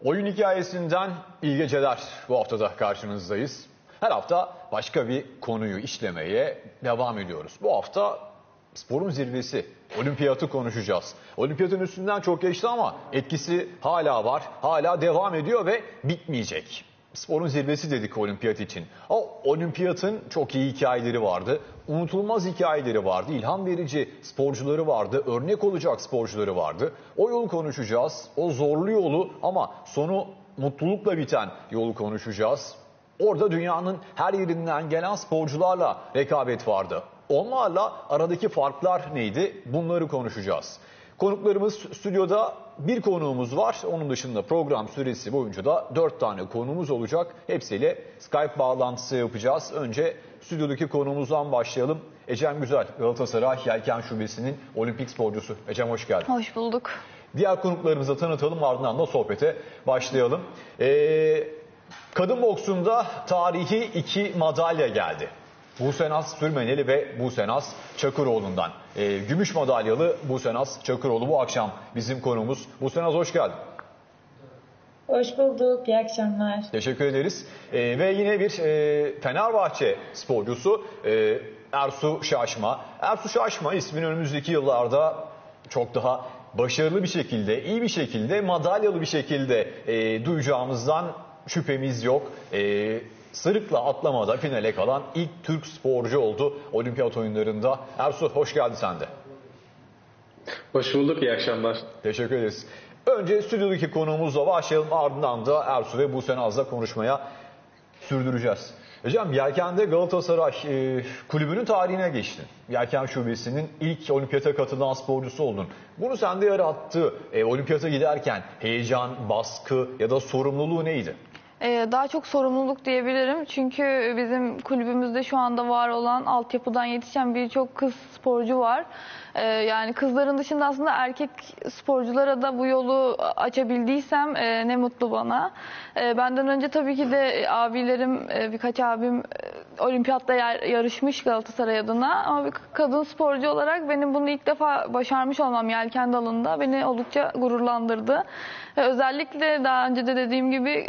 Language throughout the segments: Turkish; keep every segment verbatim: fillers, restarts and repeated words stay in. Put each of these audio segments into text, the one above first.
Oyun hikayesinden iyi geceler. Bu hafta da karşınızdayız. Her hafta başka bir konuyu işlemeye devam ediyoruz. Bu hafta sporun zirvesi, olimpiyatı konuşacağız. Olimpiyatın üstünden çok geçti ama etkisi hala var, hala devam ediyor ve bitmeyecek. Sporun zirvesi dedik olimpiyat için. O olimpiyatın çok iyi hikayeleri vardı. Unutulmaz hikayeleri vardı. İlham verici sporcuları vardı. Örnek olacak sporcuları vardı. O yolu konuşacağız. O zorlu yolu ama sonu mutlulukla biten yolu konuşacağız. Orada dünyanın her yerinden gelen sporcularla rekabet vardı. Onlarla aradaki farklar neydi? Bunları konuşacağız. Konuklarımız stüdyoda, bir konuğumuz var. Onun dışında program süresi boyunca da dört tane konuğumuz olacak. Hepsiyle Skype bağlantısı yapacağız. Önce stüdyodaki konuğumuzdan başlayalım. Ecem Güzel, Galatasaray Yelken Şubesi'nin olimpik sporcusu. Ecem hoş geldin. Hoş bulduk. Diğer konuklarımızı tanıtalım, ardından da sohbete başlayalım. Ee, kadın boksunda tarihi iki madalya geldi. Busenaz Sürmeneli ve Busenaz Çakıroğlu'ndan. E, gümüş madalyalı Busenaz Çakıroğlu bu akşam bizim konuğumuz. Busenaz hoş geldin. Hoş bulduk, iyi akşamlar. Teşekkür ederiz. E, ve yine bir e, Fenerbahçe sporcusu e, Ersu Şaşma. Ersu Şaşma ismini önümüzdeki yıllarda çok daha başarılı bir şekilde, iyi bir şekilde, madalyalı bir şekilde e, duyacağımızdan şüphemiz yok. E, Sırıkla atlamada finale kalan ilk Türk sporcu oldu olimpiyat oyunlarında. Ersu hoş geldin sen de. Hoş bulduk, iyi akşamlar. Teşekkür ederiz. Önce stüdyodaki konuğumuzla başlayalım, ardından da Ersu ve Busenaz'la konuşmaya sürdüreceğiz. Hocam Yelken'de Galatasaray e, kulübünün tarihine geçtin. Yelken Şubesi'nin ilk olimpiyata katılan sporcusu oldun. Bunu sende yarattı. E, olimpiyata giderken heyecan, baskı ya da sorumluluğu neydi? Daha çok sorumluluk diyebilirim. Çünkü bizim kulübümüzde şu anda var olan altyapıdan yetişen birçok kız sporcu var. Yani kızların dışında aslında erkek sporculara da bu yolu açabildiysem ne mutlu bana. Benden önce tabii ki de abilerim, birkaç abim olimpiyatta yarışmış Galatasaray adına. Ama bir kadın sporcu olarak benim bunu ilk defa başarmış olmam yelken dalında beni oldukça gururlandırdı. Ve özellikle daha önce de dediğim gibi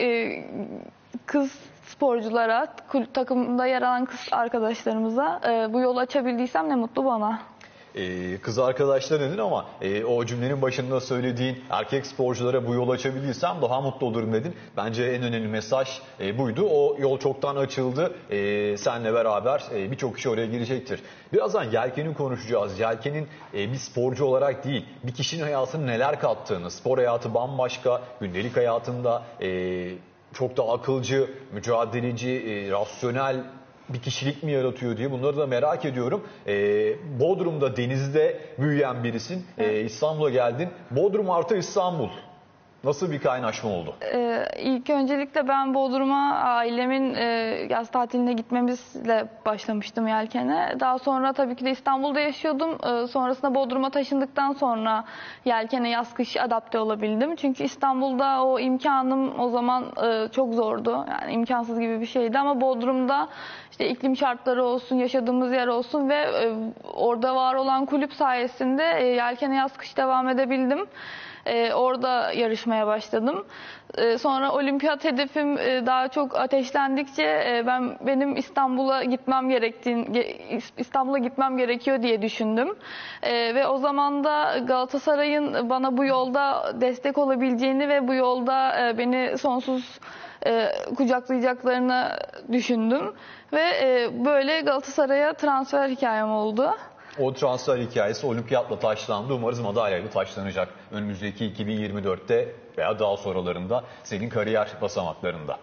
kız sporculara, takımda yer alan kız arkadaşlarımıza bu yolu açabildiysem ne mutlu bana. Ee, kız arkadaşlar dedin ama e, o cümlenin başında söylediğin erkek sporculara bu yolu açabildiysem daha mutlu olurum dedin. Bence en önemli mesaj e, buydu. O yol çoktan açıldı. E, senle beraber e, birçok kişi oraya girecektir. Birazdan Yelken'i konuşacağız. Yelken'in e, bir sporcu olarak değil, bir kişinin hayatına neler kattığını, spor hayatı bambaşka, gündelik hayatında e, çok da akılcı, mücadeleci, e, rasyonel bir kişilik mi yaratıyor diye bunları da merak ediyorum. Ee, Bodrum'da denizde büyüyen birisin. Ee, İstanbul'a geldin. Bodrum artı İstanbul. Nasıl bir kaynaşma oldu? Ee, ilk öncelikle ben Bodrum'a ailemin e, yaz tatiline gitmemizle başlamıştım yelkene. Daha sonra tabii ki de İstanbul'da yaşıyordum. Ee, sonrasında Bodrum'a taşındıktan sonra yelkene yaz kış adapte olabildim. Çünkü İstanbul'da o imkanım o zaman e, çok zordu. Yani imkansız gibi bir şeydi ama Bodrum'da işte iklim şartları olsun, yaşadığımız yer olsun ve e, orada var olan kulüp sayesinde e, yelkene yaz kış devam edebildim. Ee, orada yarışmaya başladım. Ee, sonra olimpiyat hedefim e, daha çok ateşlendikçe e, ben benim İstanbul'a gitmem gerektiğini İstanbul'a gitmem gerekiyor diye düşündüm. E, ve o zaman da Galatasaray'ın bana bu yolda destek olabileceğini ve bu yolda e, beni sonsuz e, kucaklayacaklarını düşündüm ve e, böyle Galatasaray'a transfer hikayem oldu. O transfer hikayesi olimpiyatla taşlandı. Umarız madalyayla taşlanacak önümüzdeki iki bin yirmi dörtte veya daha sonralarında senin kariyer basamaklarında.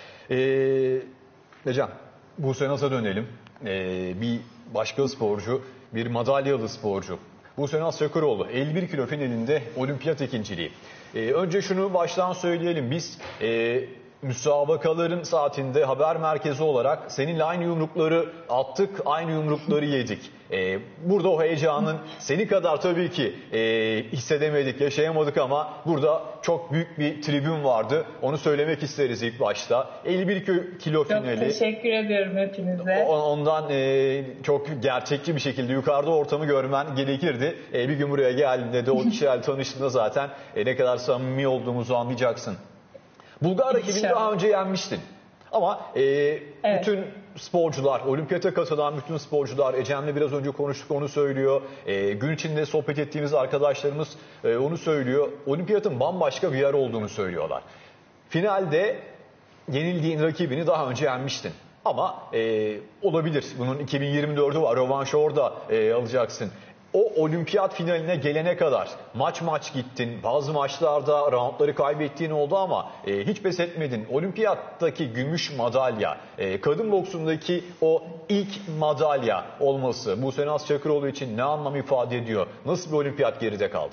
Ee, Ecem, Busenaz'a dönelim. Ee, bir başka sporcu, bir madalyalı sporcu. Busenaz Çakıroğlu elli bir kilo finalinde olimpiyat ikinciliği. Ee, önce şunu baştan söyleyelim. Biz e, müsabakaların saatinde haber merkezi olarak seninle aynı yumrukları attık, aynı yumrukları yedik. Ee, burada o heyecanın seni kadar tabii ki e, hissedemedik, yaşayamadık ama burada çok büyük bir tribün vardı. Onu söylemek isteriz ilk başta. elli bir kilo finali. Çok teşekkür ediyorum hepinize. Ondan e, çok gerçekçi bir şekilde yukarıda ortamı görmen gerekirdi. E, bir gün buraya geldiğinde de o kişilerle tanıştığında zaten e, ne kadar samimi olduğumuzu anlayacaksın. Bulgar rakibini İnşallah. daha önce yenmiştin. Ama e, Evet. bütün sporcular, olimpiyata katılan bütün sporcular, Ecem'le biraz önce konuştuk onu söylüyor. E, gün içinde sohbet ettiğimiz arkadaşlarımız e, onu söylüyor. Olimpiyatın bambaşka bir yer olduğunu söylüyorlar. Finalde yenildiğin rakibini daha önce yenmiştin. Ama e, olabilir. Bunun iki bin yirmi dördü var. Rövanşı orada e, alacaksın. O olimpiyat finaline gelene kadar maç maç gittin. Bazı maçlarda roundları kaybettiğin oldu ama e, hiç pes etmedin. Olimpiyattaki gümüş madalya, e, kadın boksundaki o ilk madalya olması Buse Naz Çakıroğlu için ne anlam ifade ediyor? Nasıl bir olimpiyat geride kaldı?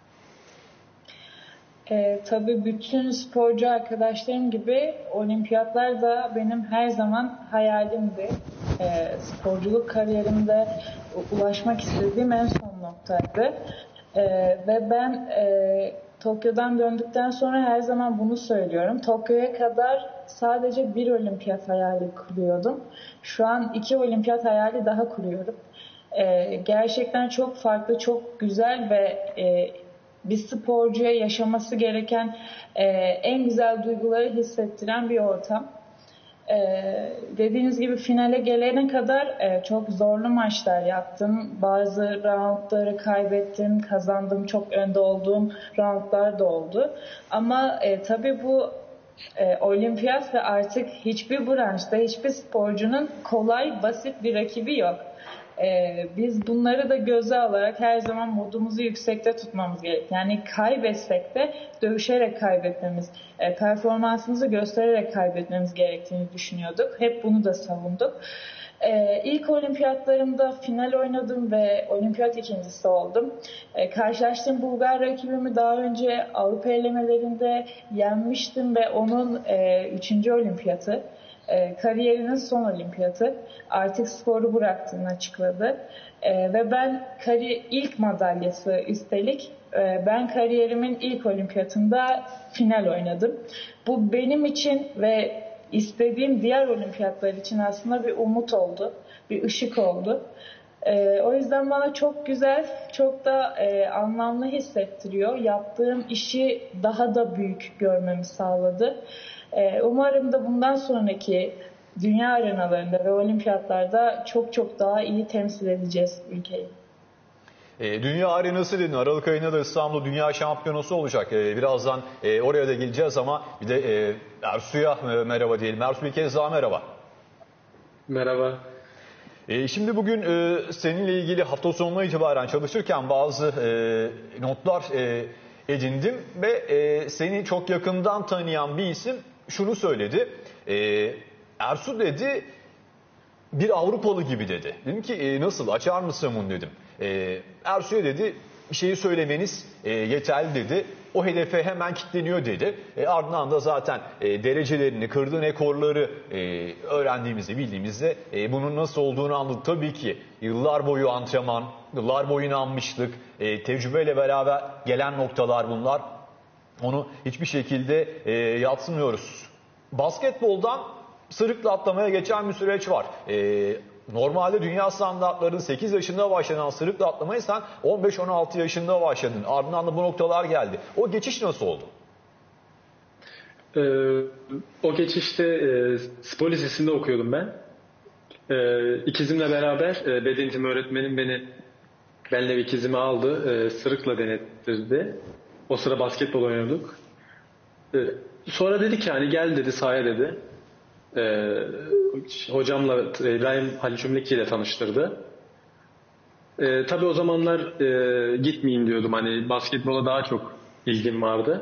Ee, tabii bütün sporcu arkadaşlarım gibi olimpiyatlar da benim her zaman hayalimdi. Ee, sporculuk kariyerimde ulaşmak istediğim en son noktaydı. Ee, ve ben e, Tokyo'dan döndükten sonra her zaman bunu söylüyorum. Tokyo'ya kadar sadece bir olimpiyat hayali kuruyordum. Şu an iki olimpiyat hayali daha kuruyorum. Ee, gerçekten çok farklı, çok güzel ve e, bir sporcuya yaşaması gereken e, en güzel duyguları hissettiren bir ortam. E, dediğiniz gibi finale gelene kadar e, çok zorlu maçlar yaptım. Bazı roundları kaybettim, kazandım, çok önde olduğum roundlar da oldu. Ama e, tabii bu e, olimpiyat ve artık hiçbir branşta, hiçbir sporcunun kolay, basit bir rakibi yok. Ee, biz bunları da göze alarak her zaman modumuzu yüksekte tutmamız gerek. Yani kaybetsek de dövüşerek kaybetmemiz, e, performansımızı göstererek kaybetmemiz gerektiğini düşünüyorduk. Hep bunu da savunduk. Ee, ilk olimpiyatlarımda final oynadım ve olimpiyat ikincisi oldum. Ee, karşılaştığım Bulgar rakibimi daha önce Avrupa elemelerinde yenmiştim ve onun e, üçüncü olimpiyatı. E, kariyerinin son olimpiyatı. Artık sporu bıraktığını açıkladı. E, ve ben kari ilk madalyası üstelik e, ben kariyerimin ilk olimpiyatında final oynadım. Bu benim için ve istediğim diğer olimpiyatlar için aslında bir umut oldu. Bir ışık oldu. E, o yüzden bana çok güzel, çok da e, anlamlı hissettiriyor. Yaptığım işi daha da büyük görmemi sağladı. Umarım da bundan sonraki dünya arenalarında ve olimpiyatlarda çok çok daha iyi temsil edeceğiz ülkeyi. E, dünya arenası dedin. Aralık ayında da İstanbul Dünya Şampiyonası olacak. E, birazdan e, oraya da geleceğiz ama bir de e, Ersu'ya e, merhaba diyelim. Ersu bir kez daha merhaba. Merhaba. E, şimdi bugün e, seninle ilgili hafta sonuna itibaren çalışırken bazı e, notlar e, edindim ve e, seni çok yakından tanıyan bir isim şunu söyledi. E, Ersu dedi bir Avrupalı gibi dedi. Dedim ki e, nasıl açar mısın bunu dedim. E, Ersu'ya dedi bir şeyi söylemeniz e, yeterli dedi. O hedefe hemen kilitleniyor dedi. E, ardından da zaten e, derecelerini, kırdığı rekorları e, öğrendiğimizde, bildiğimizde e, bunun nasıl olduğunu anladık. Tabii ki yıllar boyu antrenman, yıllar boyu inanmışlık, e, tecrübeyle beraber gelen noktalar bunlar. Onu hiçbir şekilde e, yadsımıyoruz. Basketboldan sırıkla atlamaya geçen bir süreç var. E, normalde dünya standartları sekiz yaşında başlanan sırıkla atlamayı sen on beş on altı yaşında başladın. Ardından da bu noktalar geldi. O geçiş nasıl oldu? Ee, o geçişte e, spor lisesinde okuyordum ben. E, ikizimle beraber e, beden eğitimi öğretmenim beni benle ve ikizimi aldı. E, sırıkla denettirdi. O sıra basketbol oynuyorduk. E, sonra dedi ki hani gel dedi sahaya dedi. E, hocamla İbrahim Halil Çümlikçi ile tanıştırdı. E, tabii o zamanlar e, gitmeyeyim diyordum. Hani basketbola daha çok ilgim vardı.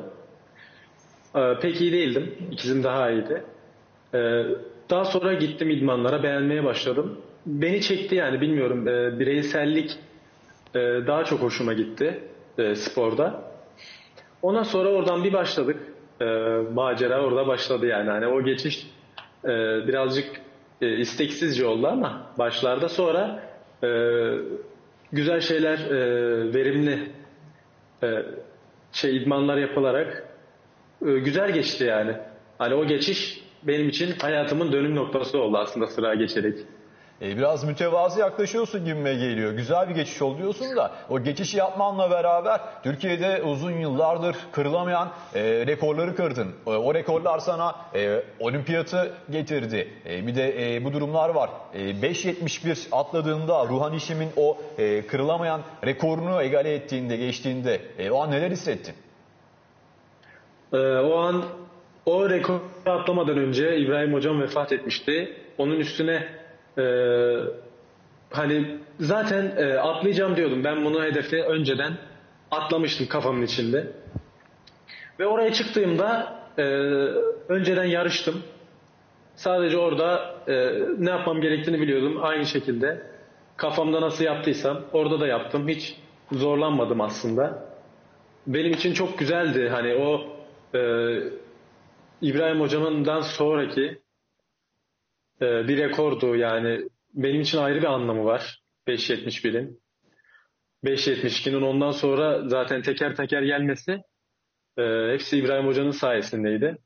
E, pek iyi değildim. İkizim daha iyiydi. E, daha sonra gittim idmanlara, beğenmeye başladım. Beni çekti yani bilmiyorum. E, bireysellik e, daha çok hoşuma gitti e, sporda. Ondan sonra oradan bir başladık. E, macera orada başladı yani. Hani o geçiş e, birazcık e, isteksizce oldu ama başlarda sonra e, güzel şeyler, e, verimli e, şey idmanlar yapılarak e, güzel geçti yani. Hani o geçiş benim için hayatımın dönüm noktası oldu aslında sıra geçerek. E, biraz mütevazı yaklaşıyorsun gibime geliyor. Güzel bir geçiş ol diyorsun da o geçişi yapmanla beraber Türkiye'de uzun yıllardır kırılamayan e, rekorları kırdın. E, o rekorlar sana e, olimpiyatı getirdi. E, bir de e, bu durumlar var. E, beş yetmiş bir atladığında Ruhan İşim'in o e, kırılamayan rekorunu egale ettiğinde, geçtiğinde e, o an neler hissettin? Ee, o an o rekoru atlamadan önce İbrahim Hocam vefat etmişti. Onun üstüne e, hani zaten e, atlayacağım diyordum. Ben bunu hedefe önceden atlamıştım kafamın içinde. Ve oraya çıktığımda e, önceden yarıştım. Sadece orada e, ne yapmam gerektiğini biliyordum. Aynı şekilde kafamda nasıl yaptıysam orada da yaptım. Hiç zorlanmadım aslında. Benim için çok güzeldi. Hani o e, İbrahim Hocam'dan sonraki e, bir rekordu. Yani benim için ayrı bir anlamı var. beş yetmiş birin. beş yetmiş ikinin ondan sonra zaten teker teker gelmesi e, hepsi İbrahim Hoca'nın sayesindeydi.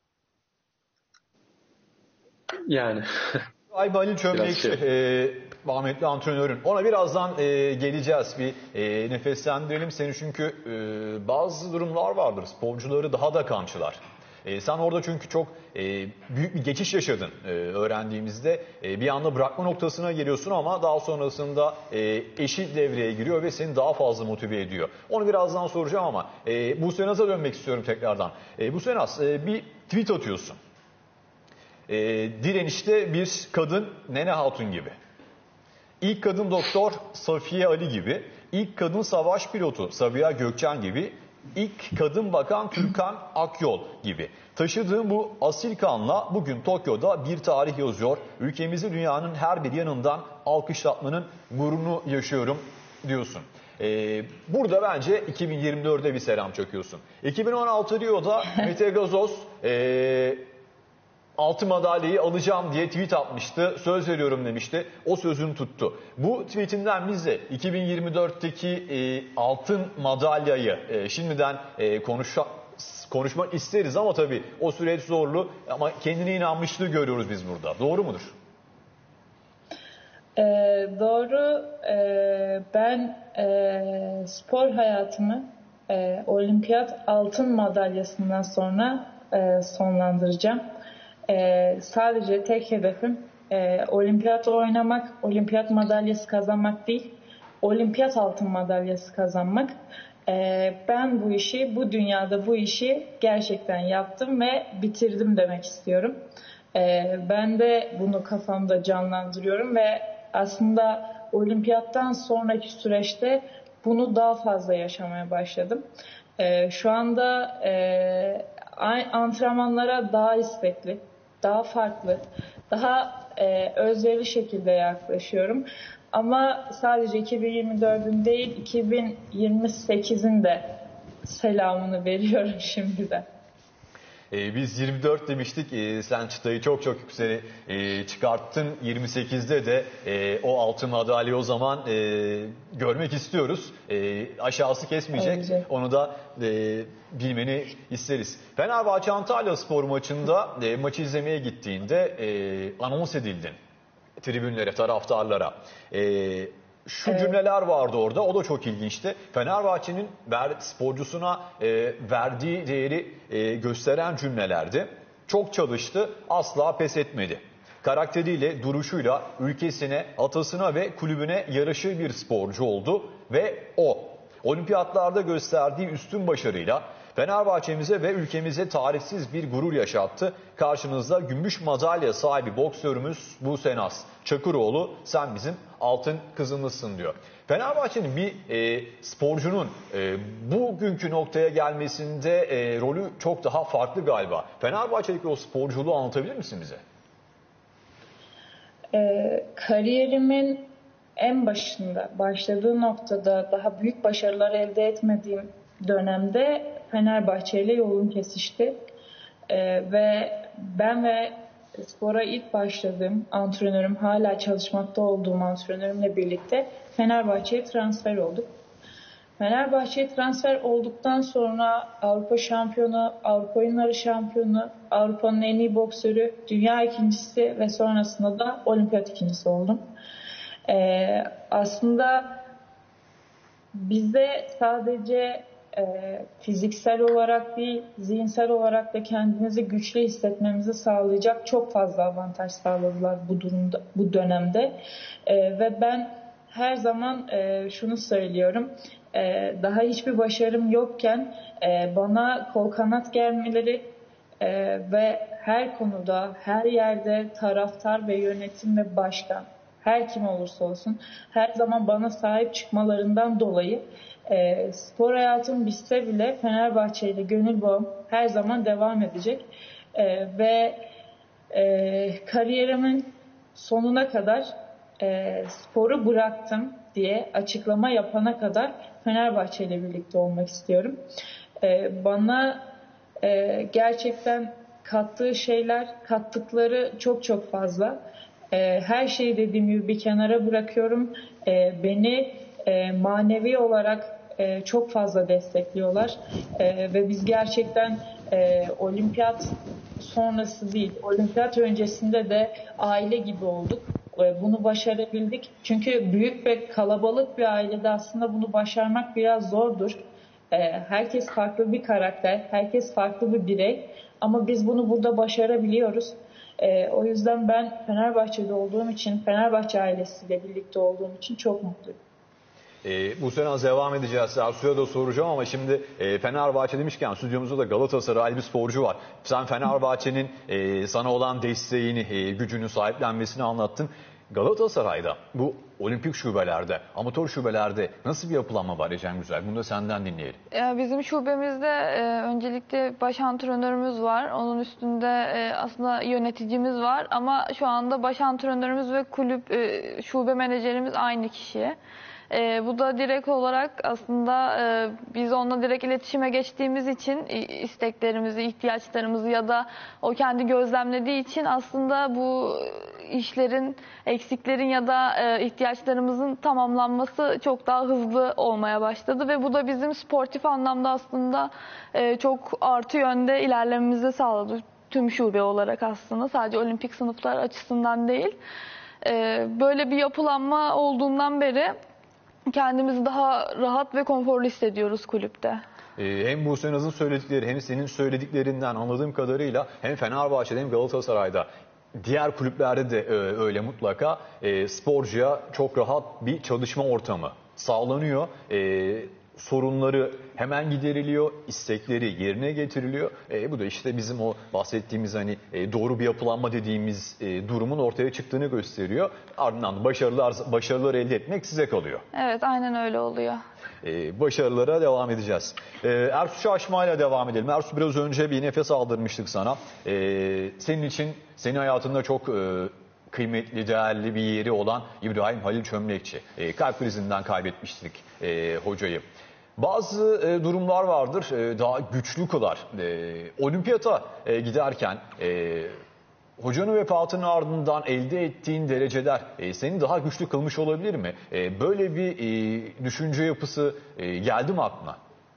Yani. Ay Halil Çömlekçi, şey. e, rahmetli antrenörün. Ona birazdan e, geleceğiz. Bir e, nefeslendirelim seni çünkü e, bazı durumlar vardır. Sporcuları daha da kamçılar. E, sen orada çünkü çok e, büyük bir geçiş yaşadın e, öğrendiğimizde. E, bir anda bırakma noktasına geliyorsun ama daha sonrasında e, eşi devreye giriyor ve seni daha fazla motive ediyor. Onu birazdan soracağım ama e, Buse Naz'a dönmek istiyorum tekrardan. E, Buse Naz, e, bir tweet atıyorsun. E, direnişte bir kadın Nene Hatun gibi. İlk kadın doktor Safiye Ali gibi. İlk kadın savaş pilotu Sabiha Gökçen gibi. İlk kadın bakan Türkan Akyol gibi. Taşıdığım bu asil kanla bugün Tokyo'da bir tarih yazıyor. Ülkemizi dünyanın her bir yanından alkışlatmanın gururunu yaşıyorum diyorsun. Ee, burada bence iki bin yirmi dörde bir selam çakıyorsun. iki bin on altı Rio'da Mete Gazoz e, altın madalyayı alacağım diye tweet atmıştı. Söz veriyorum demişti. O sözünü tuttu. Bu tweetinden biz de iki bin yirmi dörtteki e, altın madalyayı e, şimdiden e, konuşa, konuşmak isteriz ama tabii o süreç zorlu ama kendine inanmışlığı görüyoruz biz burada. Doğru mudur? Ee, doğru. Ee, ben e, spor hayatımı e, olimpiyat altın madalyasından sonra e, sonlandıracağım. Ee, sadece tek hedefim e, olimpiyat oynamak, olimpiyat madalyası kazanmak değil, olimpiyat altın madalyası kazanmak. Ee, ben bu işi, bu dünyada bu işi gerçekten yaptım ve bitirdim demek istiyorum. Ee, ben de bunu kafamda canlandırıyorum ve aslında olimpiyattan sonraki süreçte bunu daha fazla yaşamaya başladım. Ee, şu anda e, antrenmanlara daha istekli, daha farklı, daha e, özverili şekilde yaklaşıyorum. Ama sadece iki bin yirmi dördün değil, iki bin yirmi sekizin de selamını veriyorum şimdiden. Ee, biz yirmi dört demiştik. Ee, sen çıtayı çok çok yükseğe e, çıkarttın. yirmi sekizde de e, o altın madalya o zaman e, görmek istiyoruz. E, aşağısı kesmeyecek. Olacak. Onu da e, bilmeni isteriz. Fenerbahçe Antalya Spor maçında e, maçı izlemeye gittiğinde e, anons edildin tribünlere, taraftarlara. E, Şu evet. cümleler vardı orada. O da çok ilginçti. Fenerbahçe'nin ver, sporcusuna e, verdiği değeri e, gösteren cümlelerdi. Çok çalıştı, asla pes etmedi. Karakteriyle, duruşuyla ülkesine, atasına ve kulübüne yaraşır bir sporcu oldu ve o olimpiyatlarda gösterdiği üstün başarıyla Fenerbahçe'mize ve ülkemize tarihsiz bir gurur yaşattı. Karşınızda gümüş madalya sahibi boksörümüz Buse Naz Çakıroğlu, sen bizim altın kızımızsın diyor. Fenerbahçe'nin bir e, sporcunun e, bugünkü noktaya gelmesinde e, rolü çok daha farklı galiba. Fenerbahçe'deki o sporculuğu anlatabilir misin bize? E, kariyerimin en başında, başladığı noktada daha büyük başarılar elde etmediğim dönemde Fenerbahçe ile yolum kesişti. Ee, ve ben ve spora ilk başladığım antrenörüm, hala çalışmakta olduğum antrenörümle birlikte Fenerbahçe'ye transfer olduk. Fenerbahçe'ye transfer olduktan sonra Avrupa şampiyonu, Avrupa oyunları şampiyonu, Avrupa'nın en iyi boksörü, dünya ikincisi ve sonrasında da olimpiyat ikincisi oldum. Ee, aslında bize sadece e, fiziksel olarak değil, zihinsel olarak da kendimizi güçlü hissetmemizi sağlayacak çok fazla avantaj sağladılar bu durumda, bu dönemde. E, ve ben her zaman e, şunu söylüyorum, e, daha hiçbir başarım yokken e, bana kol kanat germeleri e, ve her konuda, her yerde taraftar ve yönetim ve başkan, her kim olursa olsun her zaman bana sahip çıkmalarından dolayı e, spor hayatım bitse bile Fenerbahçe ile gönül bağım her zaman devam edecek. E, ve e, kariyerimin sonuna kadar e, sporu bıraktım diye açıklama yapana kadar Fenerbahçe ile birlikte olmak istiyorum. E, bana e, gerçekten kattığı şeyler, kattıkları çok çok fazla. E, her şeyi dediğim gibi bir kenara bırakıyorum. E, beni e, manevi olarak e, çok fazla destekliyorlar. E, ve biz gerçekten e, olimpiyat sonrası değil, olimpiyat öncesinde de aile gibi olduk. E, bunu başarabildik. Çünkü büyük ve kalabalık bir ailede aslında bunu başarmak biraz zordur. E, herkes farklı bir karakter, herkes farklı bir birey. Ama biz bunu burada başarabiliyoruz. Ee, o yüzden ben Fenerbahçe'de olduğum için, Fenerbahçe ailesiyle birlikte olduğum için çok mutluyum. E, bu sene az devam edeceğiz. Ersu'ya da soracağım ama şimdi e, Fenerbahçe demişken stüdyomuzda da Galatasaraylı bir sporcu var. Sen Fenerbahçe'nin e, sana olan desteğini, e, gücünü sahiplenmesini anlattın. Galatasaray'da bu olimpik şubelerde, amatör şubelerde nasıl bir yapılanma var Ecem Güzel? Bunu da senden dinleyelim. Bizim şubemizde e, öncelikle baş antrenörümüz var. Onun üstünde e, aslında yöneticimiz var. Ama şu anda baş antrenörümüz ve kulüp e, şube menajerimiz aynı kişi. E, bu da direkt olarak aslında e, biz onunla direkt iletişime geçtiğimiz için isteklerimizi, ihtiyaçlarımızı ya da o kendi gözlemlediği için aslında bu işlerin, eksiklerin ya da e, ihtiyaçlarımızın tamamlanması çok daha hızlı olmaya başladı ve bu da bizim sportif anlamda aslında e, çok artı yönde ilerlememizi sağladı. Tüm şube olarak aslında sadece olimpik sınıflar açısından değil. E, böyle bir yapılanma olduğundan beri kendimizi daha rahat ve konforlu hissediyoruz kulüpte. Ee, hem Buse Naz'ın söyledikleri hem senin söylediklerinden anladığım kadarıyla hem Fenerbahçe'de hem Galatasaray'da diğer kulüplerde de e, öyle mutlaka e, sporcuya çok rahat bir çalışma ortamı sağlanıyor. E, sorunları hemen gideriliyor, istekleri yerine getiriliyor. E, bu da işte bizim o bahsettiğimiz hani e, doğru bir yapılanma dediğimiz e, durumun ortaya çıktığını gösteriyor. Ardından başarılar başarılar elde etmek size kalıyor. Evet, aynen öyle oluyor. E, başarılara devam edeceğiz. E, Ersu Şaşma'yla devam edelim. Ersu, biraz önce bir nefes aldırmıştık sana. E, senin için, senin hayatında çok e, kıymetli, değerli bir yeri olan İbrahim Halil Çömlekçi. E, kalp krizinden kaybetmiştik e, hocayı. Bazı e, durumlar vardır, e, daha güçlü kılar. E, olimpiyata e, giderken e, hocanın vefatının ardından elde ettiğin dereceler e, seni daha güçlü kılmış olabilir mi? E, böyle bir e, düşünce yapısı e, geldi mi aklına?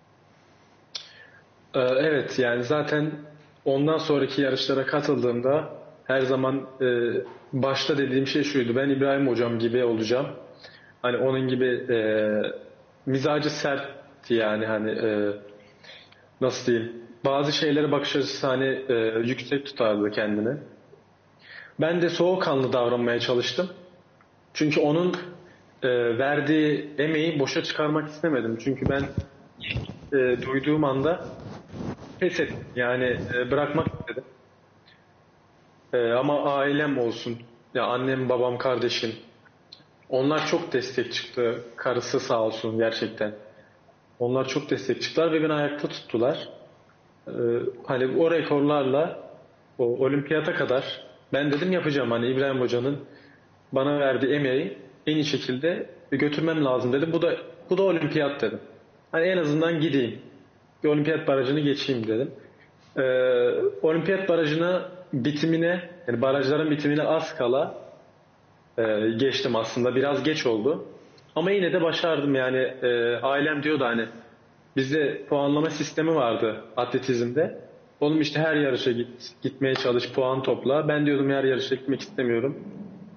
Ee, evet, yani zaten ondan sonraki yarışlara katıldığımda her zaman e, başta dediğim şey şuydu: ben İbrahim hocam gibi olacağım. Hani onun gibi e, mizacı sert, yani hani e, nasıl diyeyim, bazı şeylere bakış açısı hani e, yüksek tutardı kendini. Ben de soğukkanlı davranmaya çalıştım. Çünkü onun e, verdiği emeği boşa çıkarmak istemedim. Çünkü ben e, duyduğum anda pes ettim. Yani e, bırakmak istedim. E, ama ailem olsun, ya annem, babam, kardeşim, onlar çok destek çıktı. Karısı sağ olsun gerçekten. Onlar çok destek çıktılar ve beni ayakta tuttular. Ee, hani o rekorlarla o olimpiyata kadar ben dedim yapacağım. Hani İbrahim Hoca'nın bana verdiği emeği en iyi şekilde götürmem lazım dedim. Bu da bu da olimpiyat dedim. Hani en azından gideyim. Bir olimpiyat barajını geçeyim dedim. Ee, olimpiyat barajına bitimine, yani barajların bitimine az kala e, geçtim aslında. Biraz geç oldu. Ama yine de başardım yani. E, ailem diyordu hani, bizde puanlama sistemi vardı atletizmde. Oğlum işte her yarışa git, gitmeye çalış, puan topla. Ben diyordum her yarışa gitmek istemiyorum.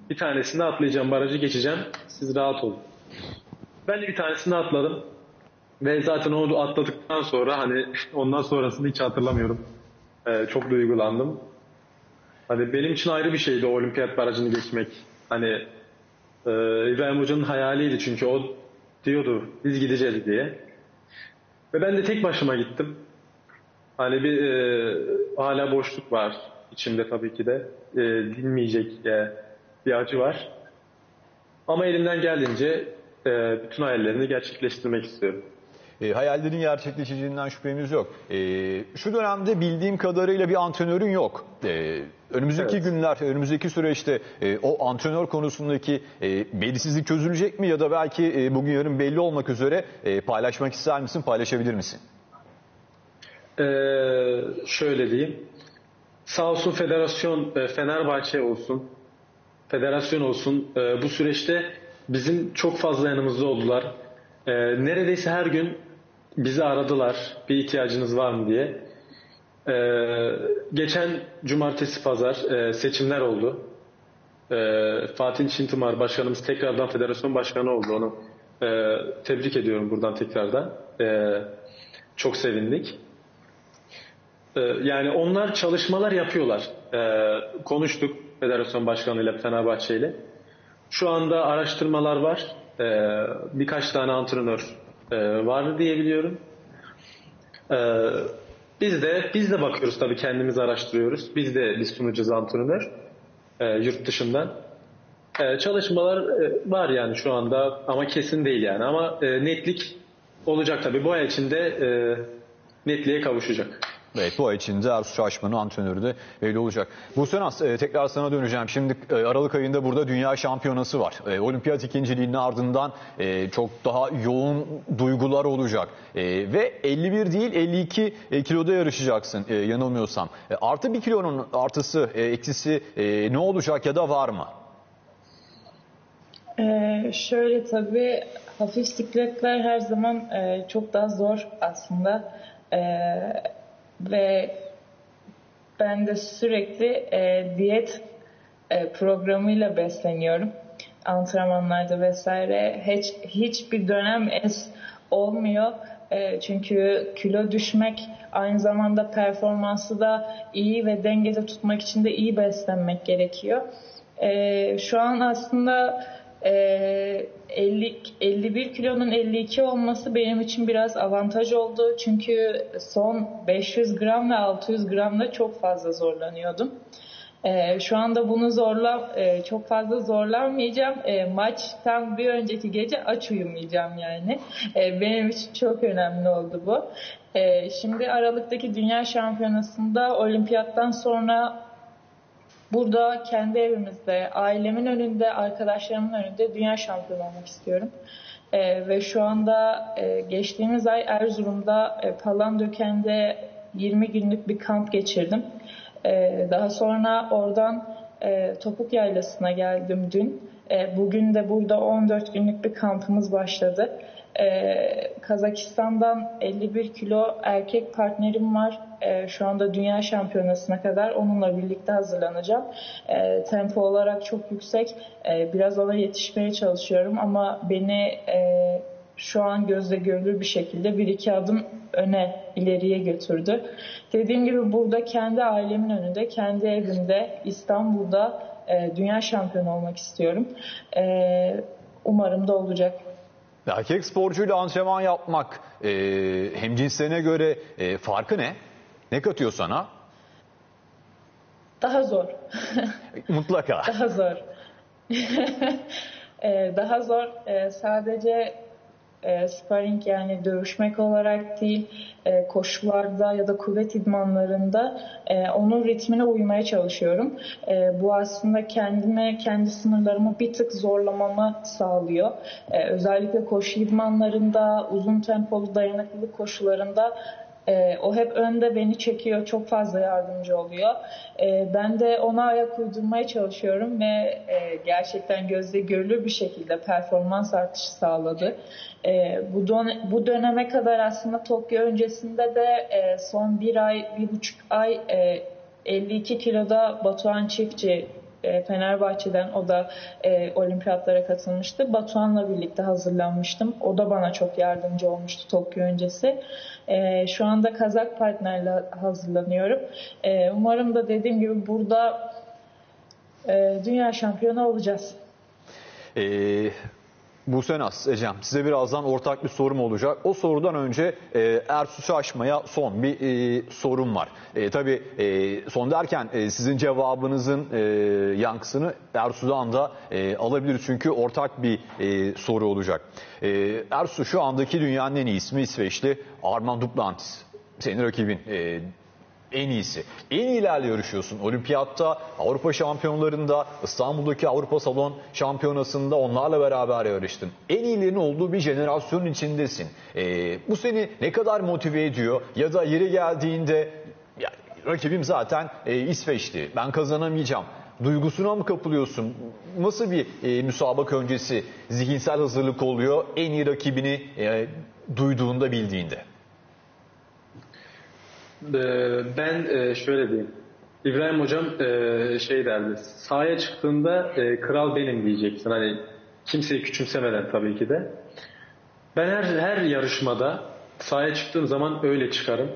Bir tanesinde atlayacağım, barajı geçeceğim. Siz rahat olun. Ben de bir tanesinde atladım. Ve zaten onu atladıktan sonra hani ondan sonrasını hiç hatırlamıyorum. Ee, çok duygulandım. Hani benim için ayrı bir şeydi o olimpiyat barajını geçmek. Hani e, İbrahim Hoca'nın hayaliydi çünkü o diyordu biz gideceğiz diye. Ve ben de tek başıma gittim. Hani bir e, hala boşluk var içimde tabii ki de. E, dinmeyecek e, bir acı var. Ama elimden geldiğince e, bütün hayallerini gerçekleştirmek istiyorum. E, hayallerin gerçekleşeceğinden şüphemiz yok. E, şu dönemde bildiğim kadarıyla bir antrenörün yok. E, önümüzdeki Evet. günler, önümüzdeki süreçte e, o antrenör konusundaki e, belirsizlik çözülecek mi ya da belki e, bugün yarın belli olmak üzere e, paylaşmak ister misin, paylaşabilir misin? Ee, şöyle diyeyim. Sağ olsun federasyon, e, Fenerbahçe olsun, federasyon olsun e, bu süreçte bizim çok fazla yanımızda oldular. E, neredeyse her gün bizi aradılar bir ihtiyacınız var mı diye. E, geçen cumartesi pazar e, seçimler oldu. E, Fatih Çintimar başkanımız tekrardan federasyon başkanı oldu onu. E, tebrik ediyorum buradan tekrardan. E, çok sevindik. Yani onlar çalışmalar yapıyorlar. Ee, konuştuk Federasyon Başkanı ile Fenerbahçe ile. Şu anda araştırmalar var. Ee, birkaç tane antrenör e, var diyebiliyorum. Ee, biz de biz de bakıyoruz tabii kendimiz araştırıyoruz. Biz de biz sunacağız antrenör e, yurt dışından. E, çalışmalar e, var yani şu anda ama kesin değil yani. Ama e, netlik olacak tabii. Bu ay içinde e, netliğe kavuşacak. Evet, bu ay içinde Ersu Şaşman'ın antrenörü de belli olacak. Bu sene e, tekrar sana döneceğim. Şimdi e, Aralık ayında burada Dünya Şampiyonası var. E, Olimpiyat ikinciliğinin ardından e, çok daha yoğun duygular olacak. E, ve elli bir değil elli iki e, kiloda yarışacaksın e, yanılmıyorsam. E, artı bir kilonun artısı, e, eksisi e, ne olacak ya da var mı? Ee, şöyle tabii hafif sikletler her zaman e, çok daha zor aslında. Ee, ve ben de sürekli e, diyet e, programıyla besleniyorum. Antrenmanlarda vesaire hiç hiçbir dönem es olmuyor. E, çünkü kilo düşmek aynı zamanda performansı da iyi ve dengede tutmak için de iyi beslenmek gerekiyor. E, şu an aslında elli, elli bir kilonun elli iki olması benim için biraz avantaj oldu. Çünkü son beş yüz gram ve altı yüz gramda çok fazla zorlanıyordum. Ee, şu anda bunu zorla e, çok fazla zorlanmayacağım. E, maçtan bir önceki gece aç uyumayacağım yani. E, benim için çok önemli oldu bu. E, şimdi Aralık'taki Dünya Şampiyonası'nda olimpiyattan sonra burada kendi evimizde, ailemin önünde, arkadaşlarımın önünde dünya şampiyonu olmak istiyorum. Ee, ve şu anda e, geçtiğimiz ay Erzurum'da e, Palandöken'de yirmi günlük bir kamp geçirdim. Ee, daha sonra oradan e, Topuk Yaylası'na geldim dün. E, bugün de burada on dört günlük bir kampımız başladı. Ee, Kazakistan'dan elli bir kilo erkek partnerim var. Ee, şu anda dünya şampiyonasına kadar onunla birlikte hazırlanacağım. Ee, tempo olarak çok yüksek. Ee, biraz ona yetişmeye çalışıyorum ama beni e, şu an gözle görülür bir şekilde bir iki adım öne, ileriye götürdü. Dediğim gibi burada kendi ailemin önünde, kendi evimde, İstanbul'da e, dünya şampiyonu olmak istiyorum. E, umarım da olacak. Erkek sporcuyla antrenman yapmak e, hemcinslerine göre e, farkı ne? Ne katıyor sana? Daha zor. Mutlaka. Daha zor. ee, daha zor. Ee, sadece e, sparring yani dövüşmek olarak değil, e, koşularda ya da kuvvet idmanlarında e, onun ritmine uymaya çalışıyorum. E, bu aslında kendime, kendi sınırlarımı bir tık zorlamamı sağlıyor. E, özellikle koşu idmanlarında, uzun tempolu dayanıklılık koşularında Ee, o hep önde beni çekiyor, çok fazla yardımcı oluyor. Ee, ben de ona ayak uydurmaya çalışıyorum ve e, gerçekten gözle görülür bir şekilde performans artışı sağladı. Ee, bu, don- bu döneme kadar aslında Tokyo öncesinde de e, son bir ay, bir buçuk ay e, elli iki kiloda Batuhan Çiftçi e, Fenerbahçe'den. O da e, olimpiyatlara katılmıştı. Batuhan'la birlikte hazırlanmıştım. O da bana çok yardımcı olmuştu Tokyo öncesi. E, şu anda Kazak partnerle hazırlanıyorum. E, umarım da dediğim gibi burada e, dünya şampiyonu olacağız. Ee, Buse Naz, Ecem, size birazdan ortak bir sorum olacak. O sorudan önce e, Ersu Şaşma'ya son bir e, sorum var. E, tabii e, son derken e, sizin cevabınızın e, yankısını Ersu'dan da e, alabiliriz. Çünkü ortak bir e, soru olacak. E, Ersu, şu andaki dünyanın en iyi ismi İsveçli Armand Duplantis. Senin rakibin. E, En iyisi. En iyilerle yarışıyorsun. Olimpiyatta, Avrupa şampiyonlarında, İstanbul'daki Avrupa Salon Şampiyonası'nda onlarla beraber yarıştın. En iyilerin olduğu bir jenerasyonun içindesin. Ee, bu seni ne kadar motive ediyor? Ya da yeri geldiğinde ya, rakibim zaten e, İsveç'ti. Ben kazanamayacağım. Duygusuna mı kapılıyorsun? Nasıl bir e, müsabaka öncesi zihinsel hazırlık oluyor en iyi rakibini e, duyduğunda, bildiğinde? Ben şöyle diyeyim. İbrahim hocam şey derdi. Sahaya çıktığında kral benim diyeceksin. Hani kimseyi küçümsemeden tabii ki de. Ben her her yarışmada sahaya çıktığım zaman öyle çıkarım.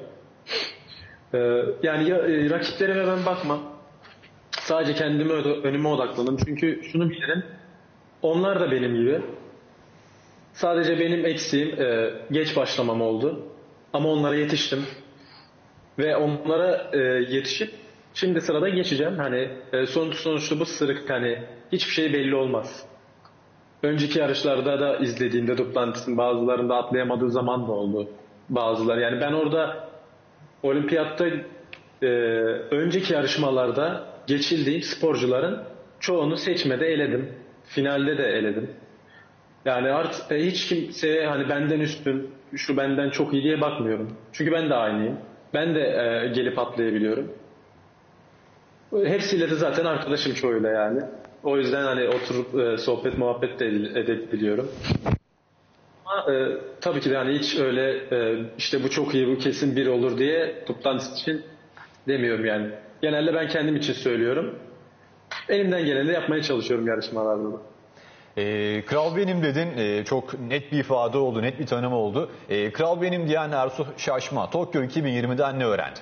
Yani rakiplerime ben bakmam. Sadece kendime önüme odaklanırım. Çünkü şunu bilirim. Onlar da benim gibi. Sadece benim eksiğim geç başlamam oldu. Ama onlara yetiştim. Ve onlara e, yetişip şimdi sırada geçeceğim. Hani e, sonuç sonuçta bu sırık hani hiçbir şey belli olmaz. Önceki yarışlarda da izlediğimde Duplantis'in bazılarında atlayamadığı zaman da oldu. Bazıları yani ben orada olimpiyatta e, önceki yarışmalarda geçildiğim sporcuların çoğunu seçmede eledim. Finalde de eledim. Yani artık e, hiç kimseye hani benden üstün, şu benden çok iyi diye bakmıyorum. Çünkü ben de aynıyım. Ben de e, gelip atlayabiliyorum. Hepsiyle de zaten arkadaşım çoğuyla yani. O yüzden hani oturup e, sohbet muhabbet de edebiliyorum. Ama e, tabii ki de hani hiç öyle e, işte bu çok iyi, bu kesin bir olur diye Duplantis için demiyorum yani. Genelde ben kendim için söylüyorum. Elimden geleni de yapmaya çalışıyorum yarışmalarda da. E, kral benim dedin. E, çok net bir ifade oldu, net bir tanım oldu. E, kral benim diyen Ersu Şaşma, Tokyo iki bin yirmiden ne öğrendi?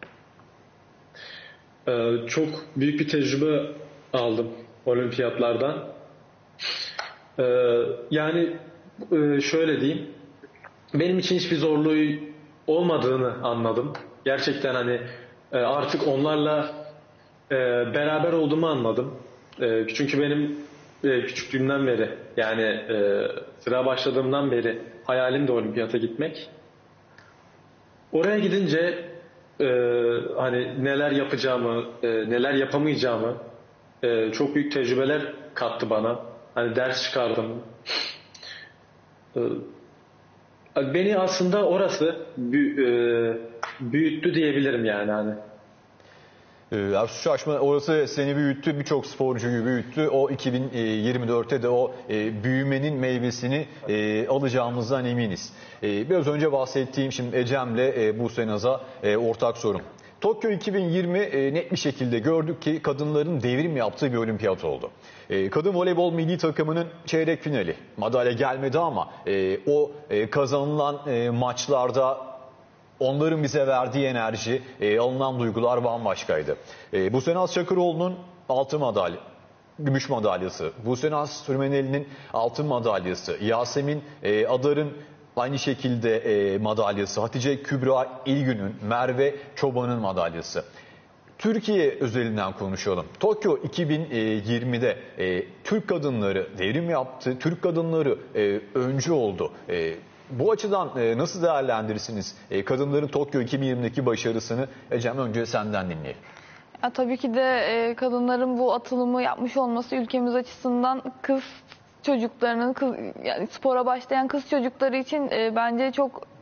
Ee, çok büyük bir tecrübe aldım olimpiyatlardan. Ee, yani e, şöyle diyeyim, benim için hiçbir zorluğu olmadığını anladım. Gerçekten hani e, artık onlarla e, beraber olduğumu anladım. E, çünkü benim e, küçüklüğümden beri yani e, sıra başladığımdan beri hayalim de olimpiyata gitmek. Oraya gidince e, hani neler yapacağımı, e, neler yapamayacağımı e, çok büyük tecrübeler kattı bana. Hani ders çıkardım. E, beni aslında orası büyü, e, büyüttü diyebilirim yani hani. Ersu Şaşma orası seni büyüttü, birçok sporcuyu büyüttü. O iki bin yirmi dörtte de o büyümenin meyvesini alacağımızdan eminiz. Biraz önce bahsettiğim şimdi Ecem'le Buse Naz'a ortak sorum. Tokyo iki bin yirmi net bir şekilde gördük ki kadınların devrim yaptığı bir olimpiyat oldu. Kadın voleybol milli takımının çeyrek finali. Madalya gelmedi ama o kazanılan maçlarda onların bize verdiği enerji, e, alınan duygular bambaşkaydı. E, Buse Naz Çakıroğlu'nun altın madalya, gümüş madalyası, Buse Naz Sürmeneli'nin altın madalyası, Yasemin e, Adar'ın aynı şekilde e, madalyası, Hatice Kübra İlgün'ün, Merve Çoban'ın madalyası. Türkiye özelinden konuşalım. Tokyo iki bin yirmide e, Türk kadınları devrim yaptı, Türk kadınları e, öncü oldu. E, Bu açıdan e, nasıl değerlendirirsiniz e, kadınların Tokyo iki bin yirmideki başarısını? Ecem, önce senden dinleyelim. Ya, tabii ki de e, kadınların bu atılımı yapmış olması ülkemiz açısından kız çocuklarının, kız, yani spora başlayan kız çocukları için e, bence çok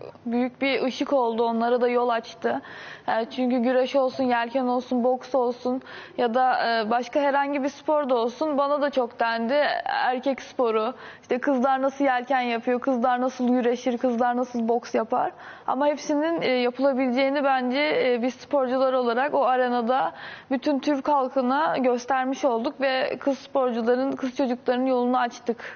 büyük bir ışık oldu. Onlara da yol açtı. E, çünkü güreş olsun, yelken olsun, boks olsun ya da e, başka herhangi bir spor da olsun bana da çok dendi. Erkek sporu, işte kızlar nasıl yelken yapıyor, kızlar nasıl güreşir, kızlar nasıl boks yapar. Ama hepsinin e, yapılabileceğini bence e, biz sporcular olarak o arenada bütün Türk halkına göstermiş olduk ve kız sporcuların, kız çocukların yolunu açtık.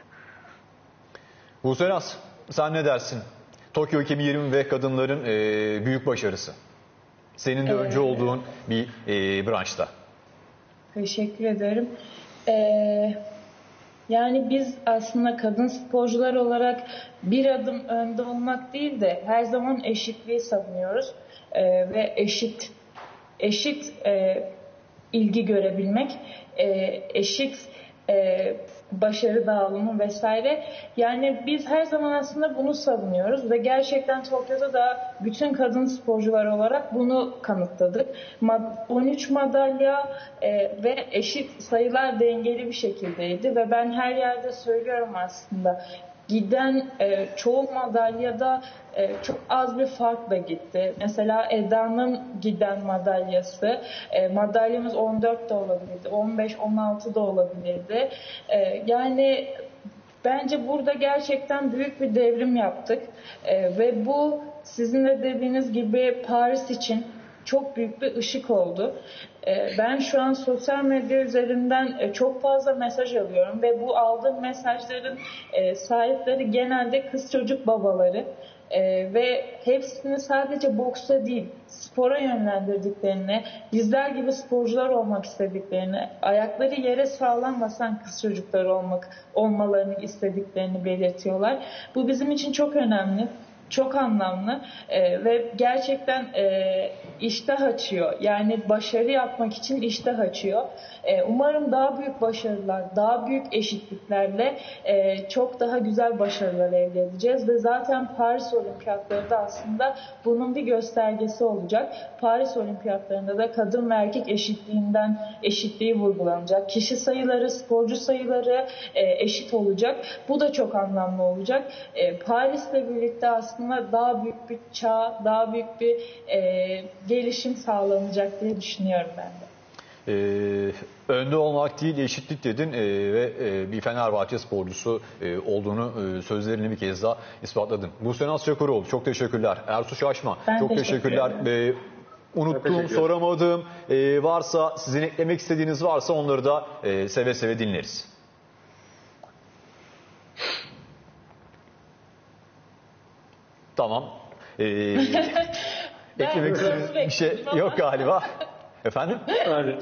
Buse Naz, sen ne dersin? Tokyo iki bin yirmi ve kadınların e, büyük başarısı. Senin de Evet. önce olduğun bir e, branşta. Teşekkür ederim. Ee, yani biz aslında kadın sporcular olarak bir adım önde olmak değil de her zaman eşitliği savunuyoruz. Ee, ve eşit eşit e, ilgi görebilmek, e, eşit e, başarı dağılımı vesaire. Yani biz her zaman aslında bunu savunuyoruz ve gerçekten Tokyo'da da bütün kadın sporcular olarak bunu kanıtladık. on üç madalya e, ve eşit sayılar dengeli bir şekildeydi ve ben her yerde söylüyorum aslında. Giden e, çoğu madalyada e, çok az bir farkla gitti. Mesela Eda'nın giden madalyası, e, madalyamız on dört de olabilirdi, on beş on altı da olabilirdi. E, yani bence burada gerçekten büyük bir devrim yaptık. E, ve bu sizin de dediğiniz gibi Paris için çok büyük bir ışık oldu. Ben şu an sosyal medya üzerinden çok fazla mesaj alıyorum ve bu aldığım mesajların sahipleri genelde kız çocuk babaları ve hepsini sadece boksa değil spora yönlendirdiklerini, bizler gibi sporcular olmak istediklerini, ayakları yere sağlam basan kız çocukları olmak olmalarını istediklerini belirtiyorlar. Bu bizim için çok önemli. Çok anlamlı ee, ve gerçekten e, iştah açıyor. Yani başarı yapmak için iştah açıyor. E, umarım daha büyük başarılar, daha büyük eşitliklerle e, çok daha güzel başarılar elde edeceğiz. Ve zaten Paris Olimpiyatları da aslında bunun bir göstergesi olacak. Paris Olimpiyatlarında da kadın ve erkek eşitliğinden eşitliği vurgulanacak. Kişi sayıları, sporcu sayıları e, eşit olacak. Bu da çok anlamlı olacak. E, Paris'le birlikte aslında aslında daha büyük bir çağ, daha büyük bir e, gelişim sağlanacak diye düşünüyorum ben de. Ee, önde olmak değil eşitlik dedin ee, ve e, bir Fenerbahçe sporcusu e, olduğunu e, sözlerini bir kez daha ispatladın. Buse Naz Çakıroğlu çok teşekkürler. Ertuğ Şaşma Ben çok teşekkür teşekkürler. Ee, unuttuğum, Teşekkür soramadığım e, varsa, sizin eklemek istediğiniz varsa onları da e, seve seve dinleriz. Tamam. Ee, eklemek istediğiniz bir şey yok galiba. Efendim? Aynen.